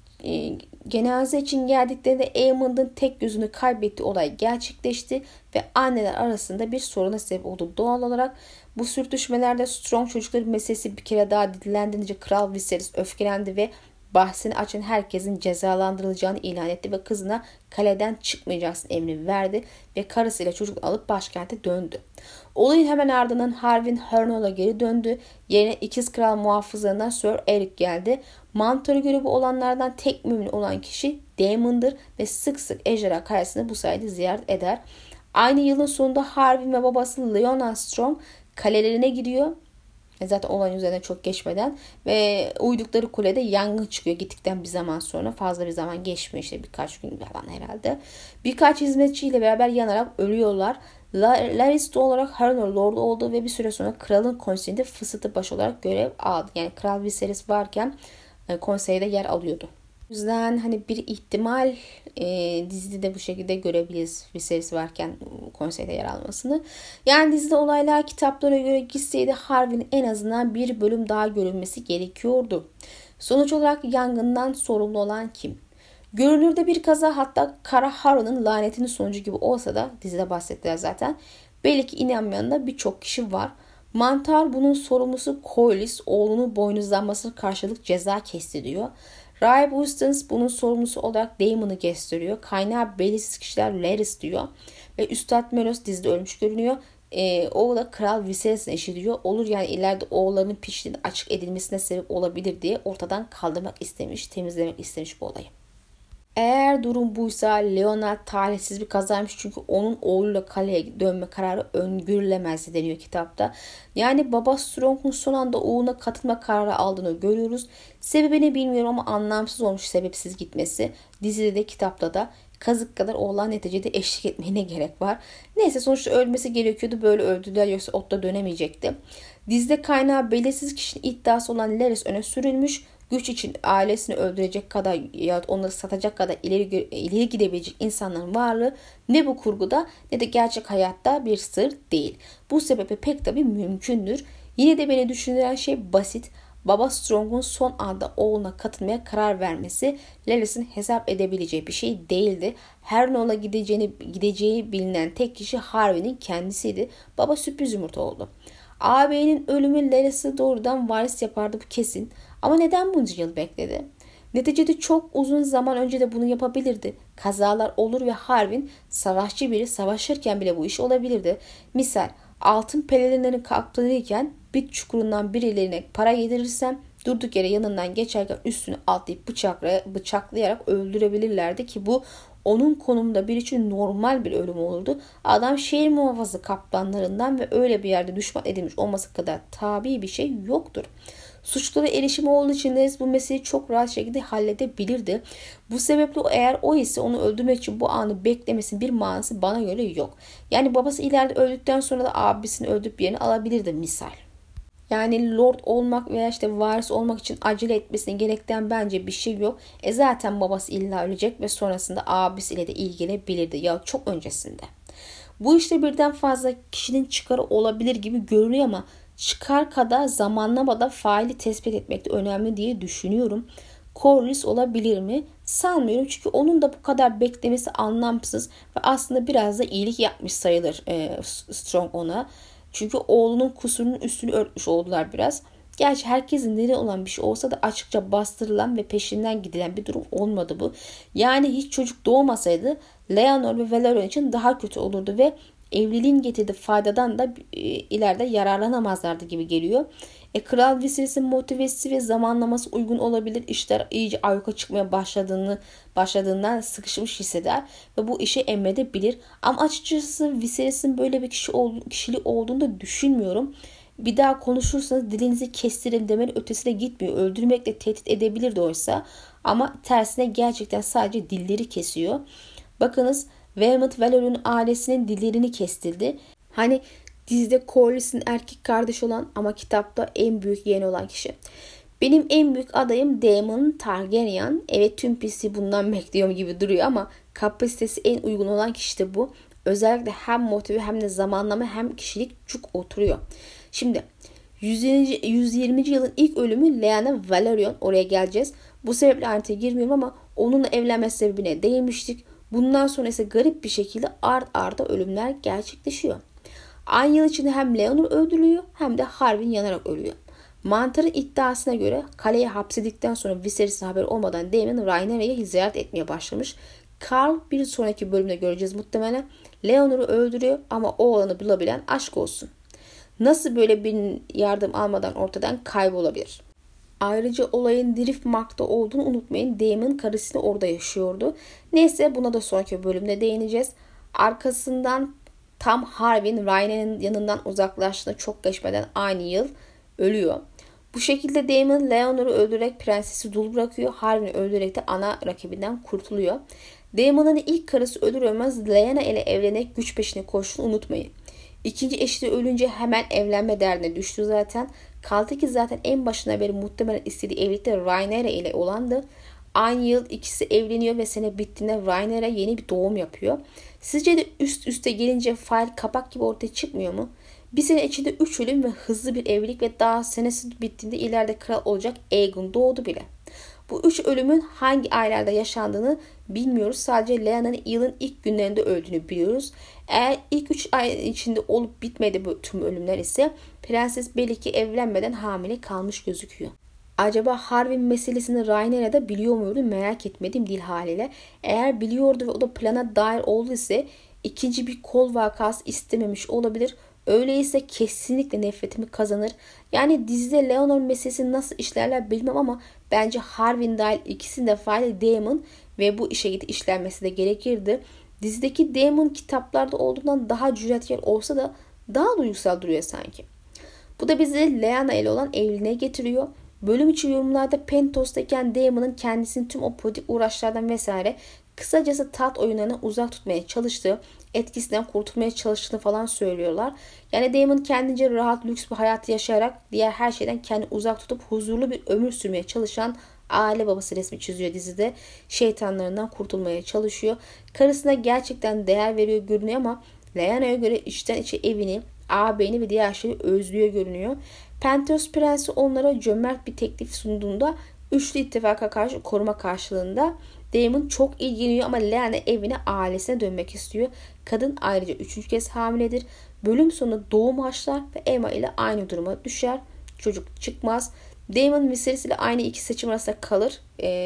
Cenaze için geldiklerinde Aemond'un tek gözünü kaybettiği olay gerçekleşti ve anneler arasında bir soruna sebep oldu. Doğal olarak bu sürtüşmelerde Strong çocukları meselesi bir kere daha dillendirince Kral Viserys öfkelendi ve bahsini açan herkesin cezalandırılacağını ilan etti ve kızına kaleden çıkmayacaksın emrini verdi ve karısıyla çocuk alıp başkente döndü. Olayın hemen ardından Harwin Harrenhal'a geri döndü. Yerine ikiz kral muhafızlarından Sir Eric geldi. Mantarı görevi olanlardan tek mümin olan kişi Daemon'dır ve sık sık Ejderha Kayası'nı bu sayede ziyaret eder. Aynı yılın sonunda Harwin ve babası Lyanna Strong kalelerine gidiyor. Zaten olayın üzerine çok geçmeden ve uydukları kulede yangın çıkıyor gittikten bir zaman sonra. Fazla bir zaman geçmiyor, işte birkaç gün falan herhalde. Birkaç hizmetçiyle beraber yanarak ölüyorlar. Larys doğal olarak Harrenhal Lord'u oldu ve bir süre sonra kralın konseyinde fısıltı başı olarak görev aldı. Yani Kral Viserys varken konseyde yer alıyordu. O yüzden hani bir ihtimal dizide de bu şekilde görebiliriz Viserys varken konseyde yer almasını. Yani dizide olaylar kitaplara göre gitseydi Harvey'nin en azından bir bölüm daha görülmesi gerekiyordu. Sonuç olarak yangından sorumlu olan kim? Görünürde bir kaza, hatta Kara Harrow'un lanetinin sonucu gibi olsa da dizide bahsettiler zaten. Belli ki inanmayan da birçok kişi var. Mantar bunun sorumlusu Corlys, oğlunun boynuzlanmasına karşılık ceza kesti diyor. Rahip Eustace bunun sorumlusu olarak Daemon'u gösteriyor. Kaynağı belirsiz kişiler Larys diyor. Ve Üstad Melos dizide ölmüş görünüyor. O da Kral Viserys'in eşi diyor. Olur yani ileride oğullarının piştiğinin açık edilmesine sebep olabilir diye ortadan kaldırmak istemiş, temizlemek istemiş bu olayı. Eğer durum buysa Leonard talihsiz bir kazaymış, çünkü onun oğluyla kaleye dönme kararı öngörülemezdi deniyor kitapta. Yani baba Strong'un son anda oğluna katılma kararı aldığını görüyoruz. Sebebini bilmiyorum ama anlamsız olmuş sebepsiz gitmesi. Dizide de kitapta da kazık kadar oğlan neticede eşlik etmeye ne gerek var. Neyse sonuçta ölmesi gerekiyordu, böyle öldüler, yoksa Otto dönemeyecekti. Dizide kaynağı belirsiz kişinin iddiası olan Larys öne sürülmüş. Güç için ailesini öldürecek kadar ya onları satacak kadar ileri gidebilecek insanların varlığı ne bu kurguda ne de gerçek hayatta bir sır değil. Bu sebeple pek tabii mümkündür. Yine de beni düşündüren şey basit. Baba Strong'un son anda oğluna katılmaya karar vermesi Lalis'in hesap edebileceği bir şey değildi. Harrenhal'a gideceği bilinen tek kişi Harvey'nin kendisiydi. Baba sürpriz yumurta oldu. Ağabeyinin ölümü Lalis'i doğrudan varis yapardı, bu kesin. Ama neden bunca yıl bekledi? Neticede çok uzun zaman önce de bunu yapabilirdi. Kazalar olur ve Harvin savaşçı biri, savaşırken bile bu iş olabilirdi. Misal altın pelerinlerin kaptanıyken bit çukurundan birilerine para yedirirsem durduk yere yanından geçerken üstünü atlayıp bıçaklayarak öldürebilirlerdi ki bu onun konumunda biri için normal bir ölüm olurdu. Adam şehir muhafazı kaptanlarından ve öyle bir yerde düşman edilmiş olması kadar tabii bir şey yoktur. Suçlara erişimi olduğu için Liz bu meseleyi çok rahat şekilde halledebilirdi. Bu sebeple eğer o ise onu öldürmek için bu anı beklemesinin bir manası bana göre yok. Yani babası ileride öldükten sonra da abisini öldürüp yerini alabilirdi misal. Yani lord olmak veya işte varis olmak için acele etmesine gerektiren bence bir şey yok. Zaten babası illa ölecek ve sonrasında abisiyle de ilgilenebilirdi ya çok öncesinde. Bu işte birden fazla kişinin çıkarı olabilir gibi görünüyor ama çıkar kadar zamanlamada faili tespit etmek de önemli diye düşünüyorum. Corlys olabilir mi? Sanmıyorum çünkü onun da bu kadar beklemesi anlamsız ve aslında biraz da iyilik yapmış sayılır Strong ona. Çünkü oğlunun kusurunun üstünü örtmüş oldular biraz. Gerçi herkesin nedeni olan bir şey olsa da açıkça bastırılan ve peşinden gidilen bir durum olmadı bu. Yani hiç çocuk doğmasaydı Laenor ve Velaryon için daha kötü olurdu ve evliliğin getirdiği faydadan da ileride yararlanamazlardı gibi geliyor. Kral Viserys'in motivesi ve zamanlaması uygun olabilir. İşler iyice ayyuka çıkmaya başladığından sıkışmış hisseder ve bu işe emredebilir. Ama açıkçası Viserys'in böyle bir kişiliği olduğunu da düşünmüyorum. Bir daha konuşursanız dilinizi kestirin demenin ötesine gitmiyor. Öldürmekle tehdit edebilirdi oysa. Ama tersine gerçekten sadece dilleri kesiyor. Bakınız Vermont Valerion'un ailesinin dillerini kestirdi. Hani dizide Corlys'in erkek kardeşi olan ama kitapta en büyük yeğeni olan kişi. Benim en büyük adayım Daemon Targaryen. Evet tüm PC bundan bekliyorum gibi duruyor ama kapasitesi en uygun olan kişi de bu. Özellikle hem motivi hem de zamanlama hem kişilik çok oturuyor. Şimdi 120. yılın ilk ölümü Lyanna Velaryon, oraya geleceğiz. Bu sebeple ayrıntıya girmiyorum ama onunla evlenme sebebine değinmiştik. Bundan sonra ise garip bir şekilde art arda ölümler gerçekleşiyor. Aynı yıl içinde hem Laenor öldürülüyor hem de Harwin yanarak ölüyor. Mantar'ın iddiasına göre kaleye hapsedildikten sonra Viserys'in haberi olmadan Daemon Rhaenyra'yı ziyaret etmeye başlamış. Karl bir sonraki bölümde göreceğiz muhtemelen. Laenor'u öldürüyor ama o olanı bulabilen aşk olsun. Nasıl böyle bir yardım almadan ortadan kaybolabilir? Ayrıca olayın Driftmark'ta olduğunu unutmayın. Daemon karısıyla orada yaşıyordu. Neyse buna da sonraki bölümde değineceğiz. Arkasından tam Harwin Rhaenyra'nın yanından uzaklaştığında çok geçmeden aynı yıl ölüyor. Bu şekilde Daemon Laenor'u öldürerek prensesi dul bırakıyor. Harwin'i öldürerek de ana rakibinden kurtuluyor. Daemon'un ilk karısı ölür ölmez Lyanna ile evlenerek güç peşine koştuğunu unutmayın. İkinci eşi de ölünce hemen evlenme derdine düştü zaten. Kaldı ki zaten en başına beri muhtemelen istediği evlilikte Rhaenyra ile olandı. Aynı yıl ikisi evleniyor ve sene bittiğinde Rhaenyra yeni bir doğum yapıyor. Sizce de üst üste gelince fail kapak gibi ortaya çıkmıyor mu? Bir sene içinde 3 ölüm ve hızlı bir evlilik ve daha senesi bittiğinde ileride kral olacak Aegon doğdu bile. Bu 3 ölümün hangi aylarda yaşandığını bilmiyoruz. Sadece Lyanna'nın yılın ilk günlerinde öldüğünü biliyoruz. Eğer ilk 3 ay içinde olup bitmedi bu tüm ölümler ise prenses belli ki evlenmeden hamile kalmış gözüküyor. Acaba Harwin meselesini Rhaenyra da biliyor muydu merak etmedim değil haliyle. Eğer biliyordu ve o da plana dair oldu ise ikinci bir kol vakası istememiş olabilir. Öyleyse kesinlikle nefretimi kazanır. Yani dizide Laenor meselesini nasıl işlerler bilmem ama bence Harwin dahil ikisinin de faili Daemon ve bu işe işlenmesi de gerekirdi. Dizideki Daemon kitaplarda olduğundan daha cüretkar olsa da daha duygusal duruyor sanki. Bu da bizi Lyanna ile olan evliliğine getiriyor. Bölüm içi yorumlarda Pentos'tayken Daemon'ın kendisini tüm o politik uğraşlardan vesaire kısacası taht oyunlarına uzak tutmaya çalıştığı, etkisinden kurtulmaya çalıştığını falan söylüyorlar. Yani Daemon kendince rahat, lüks bir hayatı yaşayarak diğer her şeyden kendini uzak tutup huzurlu bir ömür sürmeye çalışan aile babası resmi çiziyor dizide. Şeytanlarından kurtulmaya çalışıyor. Karısına gerçekten değer veriyor görünüyor ama Lyanna'ya göre içten içe evini, ağabeyini ve diğer şeyi özlüyor görünüyor. Pentos Prensi onlara cömert bir teklif sunduğunda üçlü ittifaka karşı koruma karşılığında Daemon çok ilgileniyor ama Lyanna evine, ailesine dönmek istiyor. Kadın ayrıca 3. kez hamiledir. Bölüm sonu doğum haşlar ve Aemma ile aynı duruma düşer. Çocuk çıkmaz. Daemon Viserys ile aynı iki seçim arasında kalır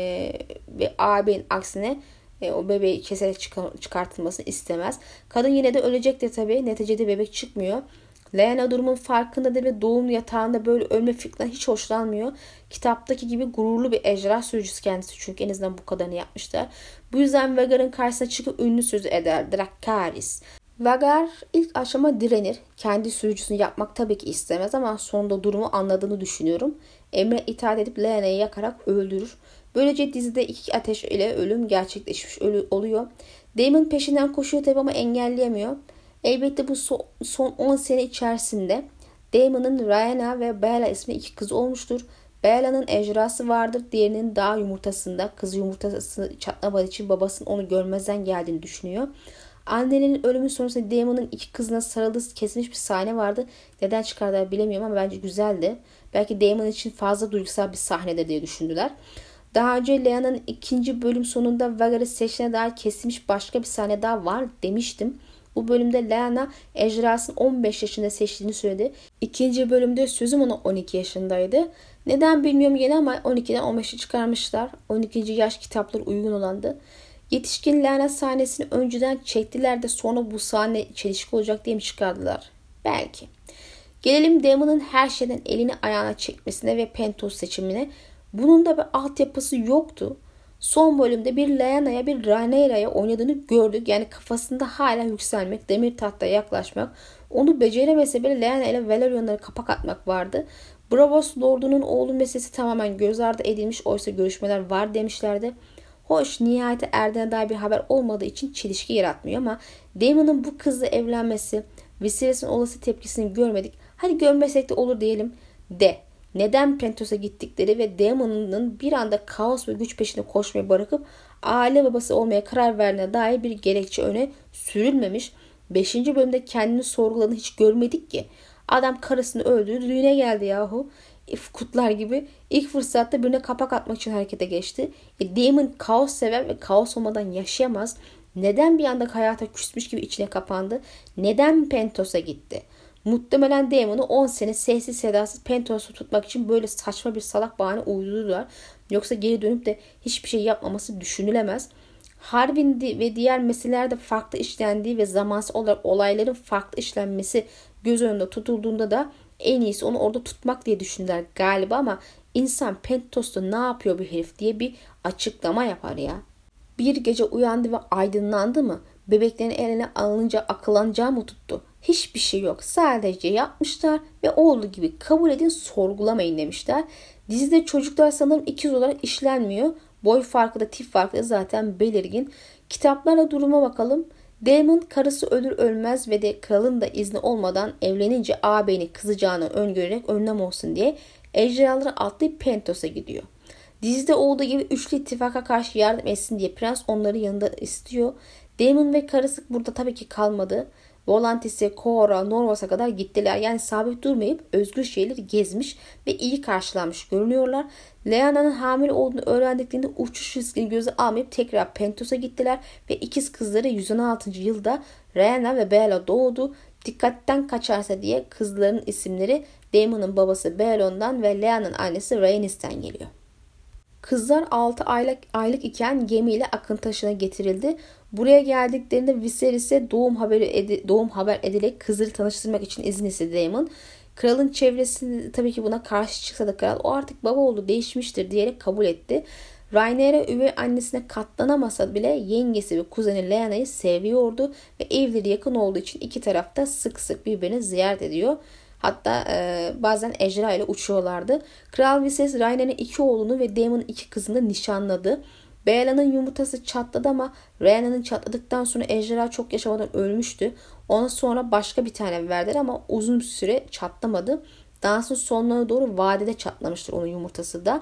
ve ağabeyin aksine o bebeği keserek çıkartılmasını istemez. Kadın yine de ölecektir tabii. Neticede bebek çıkmıyor. Lyanna durumun farkındadır ve doğum yatağında böyle ölme fikrinden hiç hoşlanmıyor. Kitaptaki gibi gururlu bir ejderha sürücüsü kendisi, çünkü en azından bu kadarını yapmışlar. Bu yüzden Vhagar'ın karşısına çıkıp ünlü sözü eder. Dracarys. Vhagar ilk aşama direnir. Kendi sürücüsünü yapmak tabii ki istemez ama sonunda durumu anladığını düşünüyorum. Emre itaat edip Lyanna'yı yakarak öldürür. Böylece dizide 2 ateş ile ölüm gerçekleşmiş oluyor. Daemon peşinden koşuyor tabii ama engelleyemiyor. Elbette bu son 10 sene içerisinde Daemon'ın Rhaena ve Baela ismi 2 kızı olmuştur. Baela'nın ejderhası vardır. Diğerinin dağ yumurtasında. Kızı yumurtası çatlamadığı için babasının onu görmezden geldiğini düşünüyor. Annenin ölümü sonrasında Daemon'un 2 kızına sarıldığı kesilmiş bir sahne vardı. Neden çıkardılar bilemiyorum ama bence güzeldi. Belki Daemon için fazla duygusal bir sahnedir diye düşündüler. Daha önce Lyanna'nın 2. bölüm sonunda Vhagar'ı seçtiğine dair kesilmiş başka bir sahne daha var demiştim. Bu bölümde Lyanna ejderhasını 15 yaşında seçtiğini söyledi. 2. bölümde sözüm ona 12 yaşındaydı. Neden bilmiyorum yine ama 12'den 15'e çıkarmışlar. 12. yaş kitapları uygun olandı. Yetişkin Lyanna sahnesini önceden çektiler de sonra bu sahne çelişki olacak diye mi çıkardılar? Belki. Gelelim Daemon'un her şeyden elini ayağına çekmesine ve Pentos seçimine. Bunun da bir altyapısı yoktu. Son bölümde bir Lyanna'ya bir Rhaenyra'ya oynadığını gördük. Yani kafasında hala yükselmek, demir tahtaya yaklaşmak. Onu beceremese bile Lyanna ile Valyrian'lara kapak atmak vardı. Braavos Lord'unun oğlu meselesi tamamen göz ardı edilmiş. Oysa görüşmeler var demişlerdi. Hoş, nihayete erdiğine dair bir haber olmadığı için çelişki yaratmıyor ama Daemon'un bu kızla evlenmesi, Viserys'in olası tepkisini görmedik. Hadi görmesek de olur diyelim de. Neden Pentos'a gittikleri ve Daemon'un bir anda kaos ve güç peşinde koşmayı bırakıp aile babası olmaya karar verdiğine dair bir gerekçe öne sürülmemiş. 5. bölümde kendini sorguladığını hiç görmedik ki. Adam karısını öldürdü, düğüne geldi yahu. Kutlar gibi ilk fırsatta birine kapak atmak için harekete geçti. Daemon kaos sever ve kaos olmadan yaşayamaz. Neden bir anda hayata küsmüş gibi içine kapandı? Neden Pentos'a gitti? Muhtemelen Daemon'u 10 sene sessiz sedasız Pentos'u tutmak için böyle saçma bir salak bahane uydurdular. Yoksa geri dönüp de hiçbir şey yapmaması düşünülemez. Harbin ve diğer meselelerde farklı işlendiği ve zamansız olarak olayların farklı işlenmesi göz önünde tutulduğunda da en iyisi onu orada tutmak diye düşündüler galiba ama insan Pentos'ta ne yapıyor bu herif diye bir açıklama yapar ya. Bir gece uyandı ve aydınlandı mı? Bebeklerin eline alınınca akıllanacağı mı tuttu? Hiçbir şey yok. Sadece yapmışlar ve olduğu gibi kabul edin, sorgulamayın demişler. Dizide çocuklar sanırım ikiz olarak işlenmiyor. Boy farkı da tip farkı da zaten belirgin. Kitaplara duruma bakalım. Daemon karısı ölür ölmez ve de kralın da izni olmadan evlenince ağabeyini kızacağını öngörerek önlem olsun diye ejderhaları atlayıp Pentos'a gidiyor. Dizide olduğu gibi üçlü ittifaka karşı yardım etsin diye prens onları yanında istiyor. Daemon ve karısı burada tabii ki kalmadı. Volantis'e, Korra, Norvas'a kadar gittiler. Yani sabit durmayıp özgür şehirleri gezmiş ve iyi karşılanmış görünüyorlar. Lyanna'nın hamile olduğunu öğrendiklerinde uçuş riskini göze almayıp tekrar Pentos'a gittiler ve ikiz kızları 116. yılda Rhaena ve Baela doğdu. Dikkatten kaçarsa diye kızların isimleri Daemon'un babası Baelon'dan ve Lyanna'nın annesi Rhaenys'ten geliyor. Kızlar 6 aylık iken gemiyle Akıntaşı'na getirildi. Buraya geldiklerinde Viserys'e doğum haber edilerek kızları tanıştırmak için izin istedi Daemon. Kralın çevresi tabii ki buna karşı çıksa da kral o artık baba oldu, değişmiştir diyerek kabul etti. Rhaenyra üvey annesine katlanamasa bile yengesi ve kuzeni Lyanna'yı seviyordu ve evleri yakın olduğu için iki tarafta sık sık birbirini ziyaret ediyor. Hatta bazen ejderha ile uçuyorlardı. Kral Viserys Rhaenyra'nın 2 oğlunu ve Daemon'un 2 kızını da nişanladı. Baela'nın yumurtası çatladı ama Rhaenyra'nın çatladıktan sonra ejderha çok yaşamadan ölmüştü. Ona sonra başka bir tane verdiler ama uzun süre çatlamadı. Dansın sonlarına doğru vadide çatlamıştır onun yumurtası da.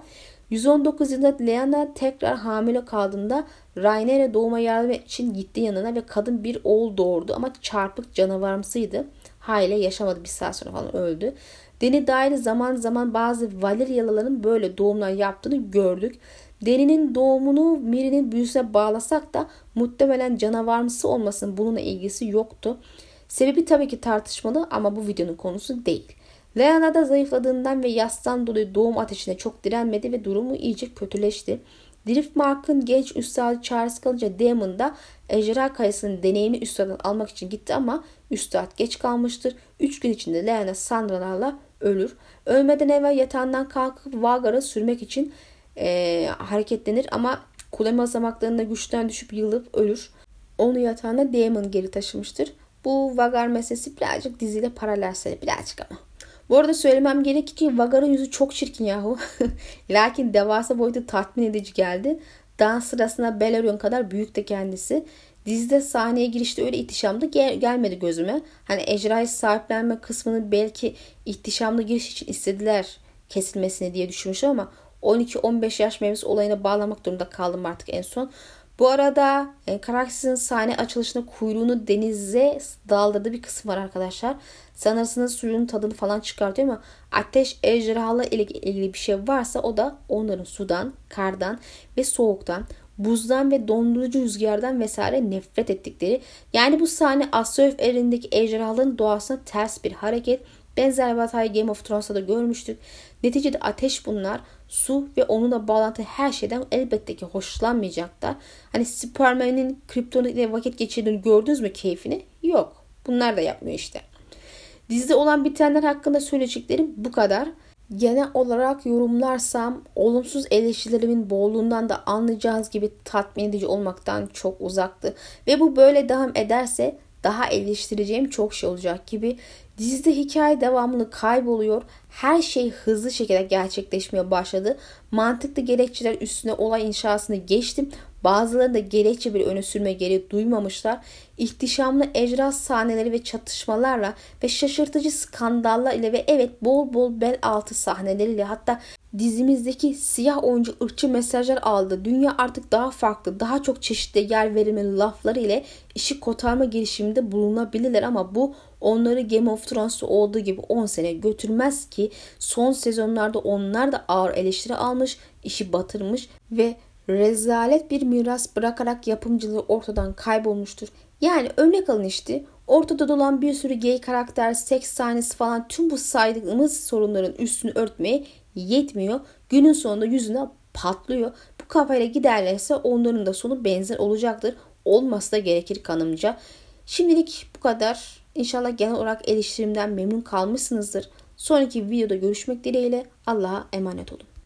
119 yılında Lyanna tekrar hamile kaldığında Rhaenyra doğuma yardım için gitti yanına ve kadın bir oğul doğurdu ama çarpık canavarımsıydı. Haliyle yaşamadı, bir saat sonra falan öldü. Dany dahil zaman zaman bazı Valyriyalıların böyle doğumlar yaptığını gördük. Dany'nin doğumunu Miri'nin büyüsüne bağlasak da muhtemelen canavarımsı olmasının bununla ilgisi yoktu. Sebebi tabii ki tartışmalı ama bu videonun konusu değil. Lyanna da zayıfladığından ve yastan dolayı doğum ateşine çok direnmedi ve durumu iyice kötüleşti. Driftmark'ın genç üstadı çaresiz kalınca Daemon da Ejderha Kayası'nın deneyimli üstadını almak için gitti ama üstad geç kalmıştır. 3 gün içinde Lyanna sandralarla ölür. Ölmeden evvel yatağından kalkıp Vhagar'ı sürmek için hareketlenir ama kule basamaklarında güçten düşüp yığılıp ölür. Onu yatağına Daemon geri taşımıştır. Bu Vhagar meselesi birazcık diziyle paralelsel, birazcık ama. Bu arada söylemem gerekir ki Vhagar'ın yüzü çok çirkin yahu. Lakin devasa boyutu tatmin edici geldi. Dans sırasında Balerion kadar büyük de kendisi. Dizide sahneye girişte öyle ihtişamlı gelmedi gözüme. Hani ejderhayı sahiplenme kısmını belki ihtişamlı giriş için istediler kesilmesini diye düşünmüşüm ama 12-15 yaş mevzusu olayına bağlamak durumunda kaldım artık en son. Bu arada Caraxes'in sahne açılışında kuyruğunu denize daldırdığı bir kısım var arkadaşlar. Sanırsınız suyun tadını falan çıkartıyor ama ateş ejderhalarla ilgili bir şey varsa o da onların sudan, kardan ve soğuktan, buzdan ve dondurucu rüzgardan vesaire nefret ettikleri. Yani bu sahne Asyaöf evrenindeki ejderhaların doğasına ters bir hareket. Benzer bir hatayı Game of Thrones'ta da görmüştük. Neticede ateş bunlar. Su ve onunla bağlantılı her şeyden elbette ki hoşlanmayacaklar. Hani Superman'in Kryptonit ile vakit geçirdiğini gördünüz mü keyfini? Yok. Bunlar da yapmıyor işte. Dizide olan bitenler hakkında söyleyeceklerim bu kadar. Genel olarak yorumlarsam olumsuz eleştirilerimin bolluğundan da anlayacağınız gibi tatmin edici olmaktan çok uzaktı. Ve bu böyle devam ederse daha eleştireceğim çok şey olacak gibi. Dizide hikaye devamını kayboluyor. Her şey hızlı şekilde gerçekleşmeye başladı. Mantıklı gerekçeler üstüne olay inşasını geçtim. Bazıları da gerekçe bir öne sürme gereği duymamışlar. İhtişamlı ejderha sahneleri ve çatışmalarla ve şaşırtıcı skandallar ile ve evet bol bol bel altı sahneleriyle hatta dizimizdeki siyah oyuncu ırkçı mesajlar aldı. Dünya artık daha farklı, daha çok çeşitli yer verilmeli lafları ile işi kotarma girişiminde bulunabilirler ama bu onları Game of Thrones'ta olduğu gibi 10 sene götürmez ki son sezonlarda onlar da ağır eleştiri almış, işi batırmış ve rezalet bir miras bırakarak yapımcılığı ortadan kaybolmuştur. Yani örnek alın işte ortada dolan bir sürü gay karakter, seks sahnesi falan tüm bu saydığımız sorunların üstünü örtmeye yetmiyor. Günün sonunda yüzüne patlıyor. Bu kafayla giderlerse onların da sonu benzer olacaktır. Olması da gerekir kanımca. Şimdilik bu kadar. İnşallah genel olarak eleştirimden memnun kalmışsınızdır. Sonraki videoda görüşmek dileğiyle. Allah'a emanet olun.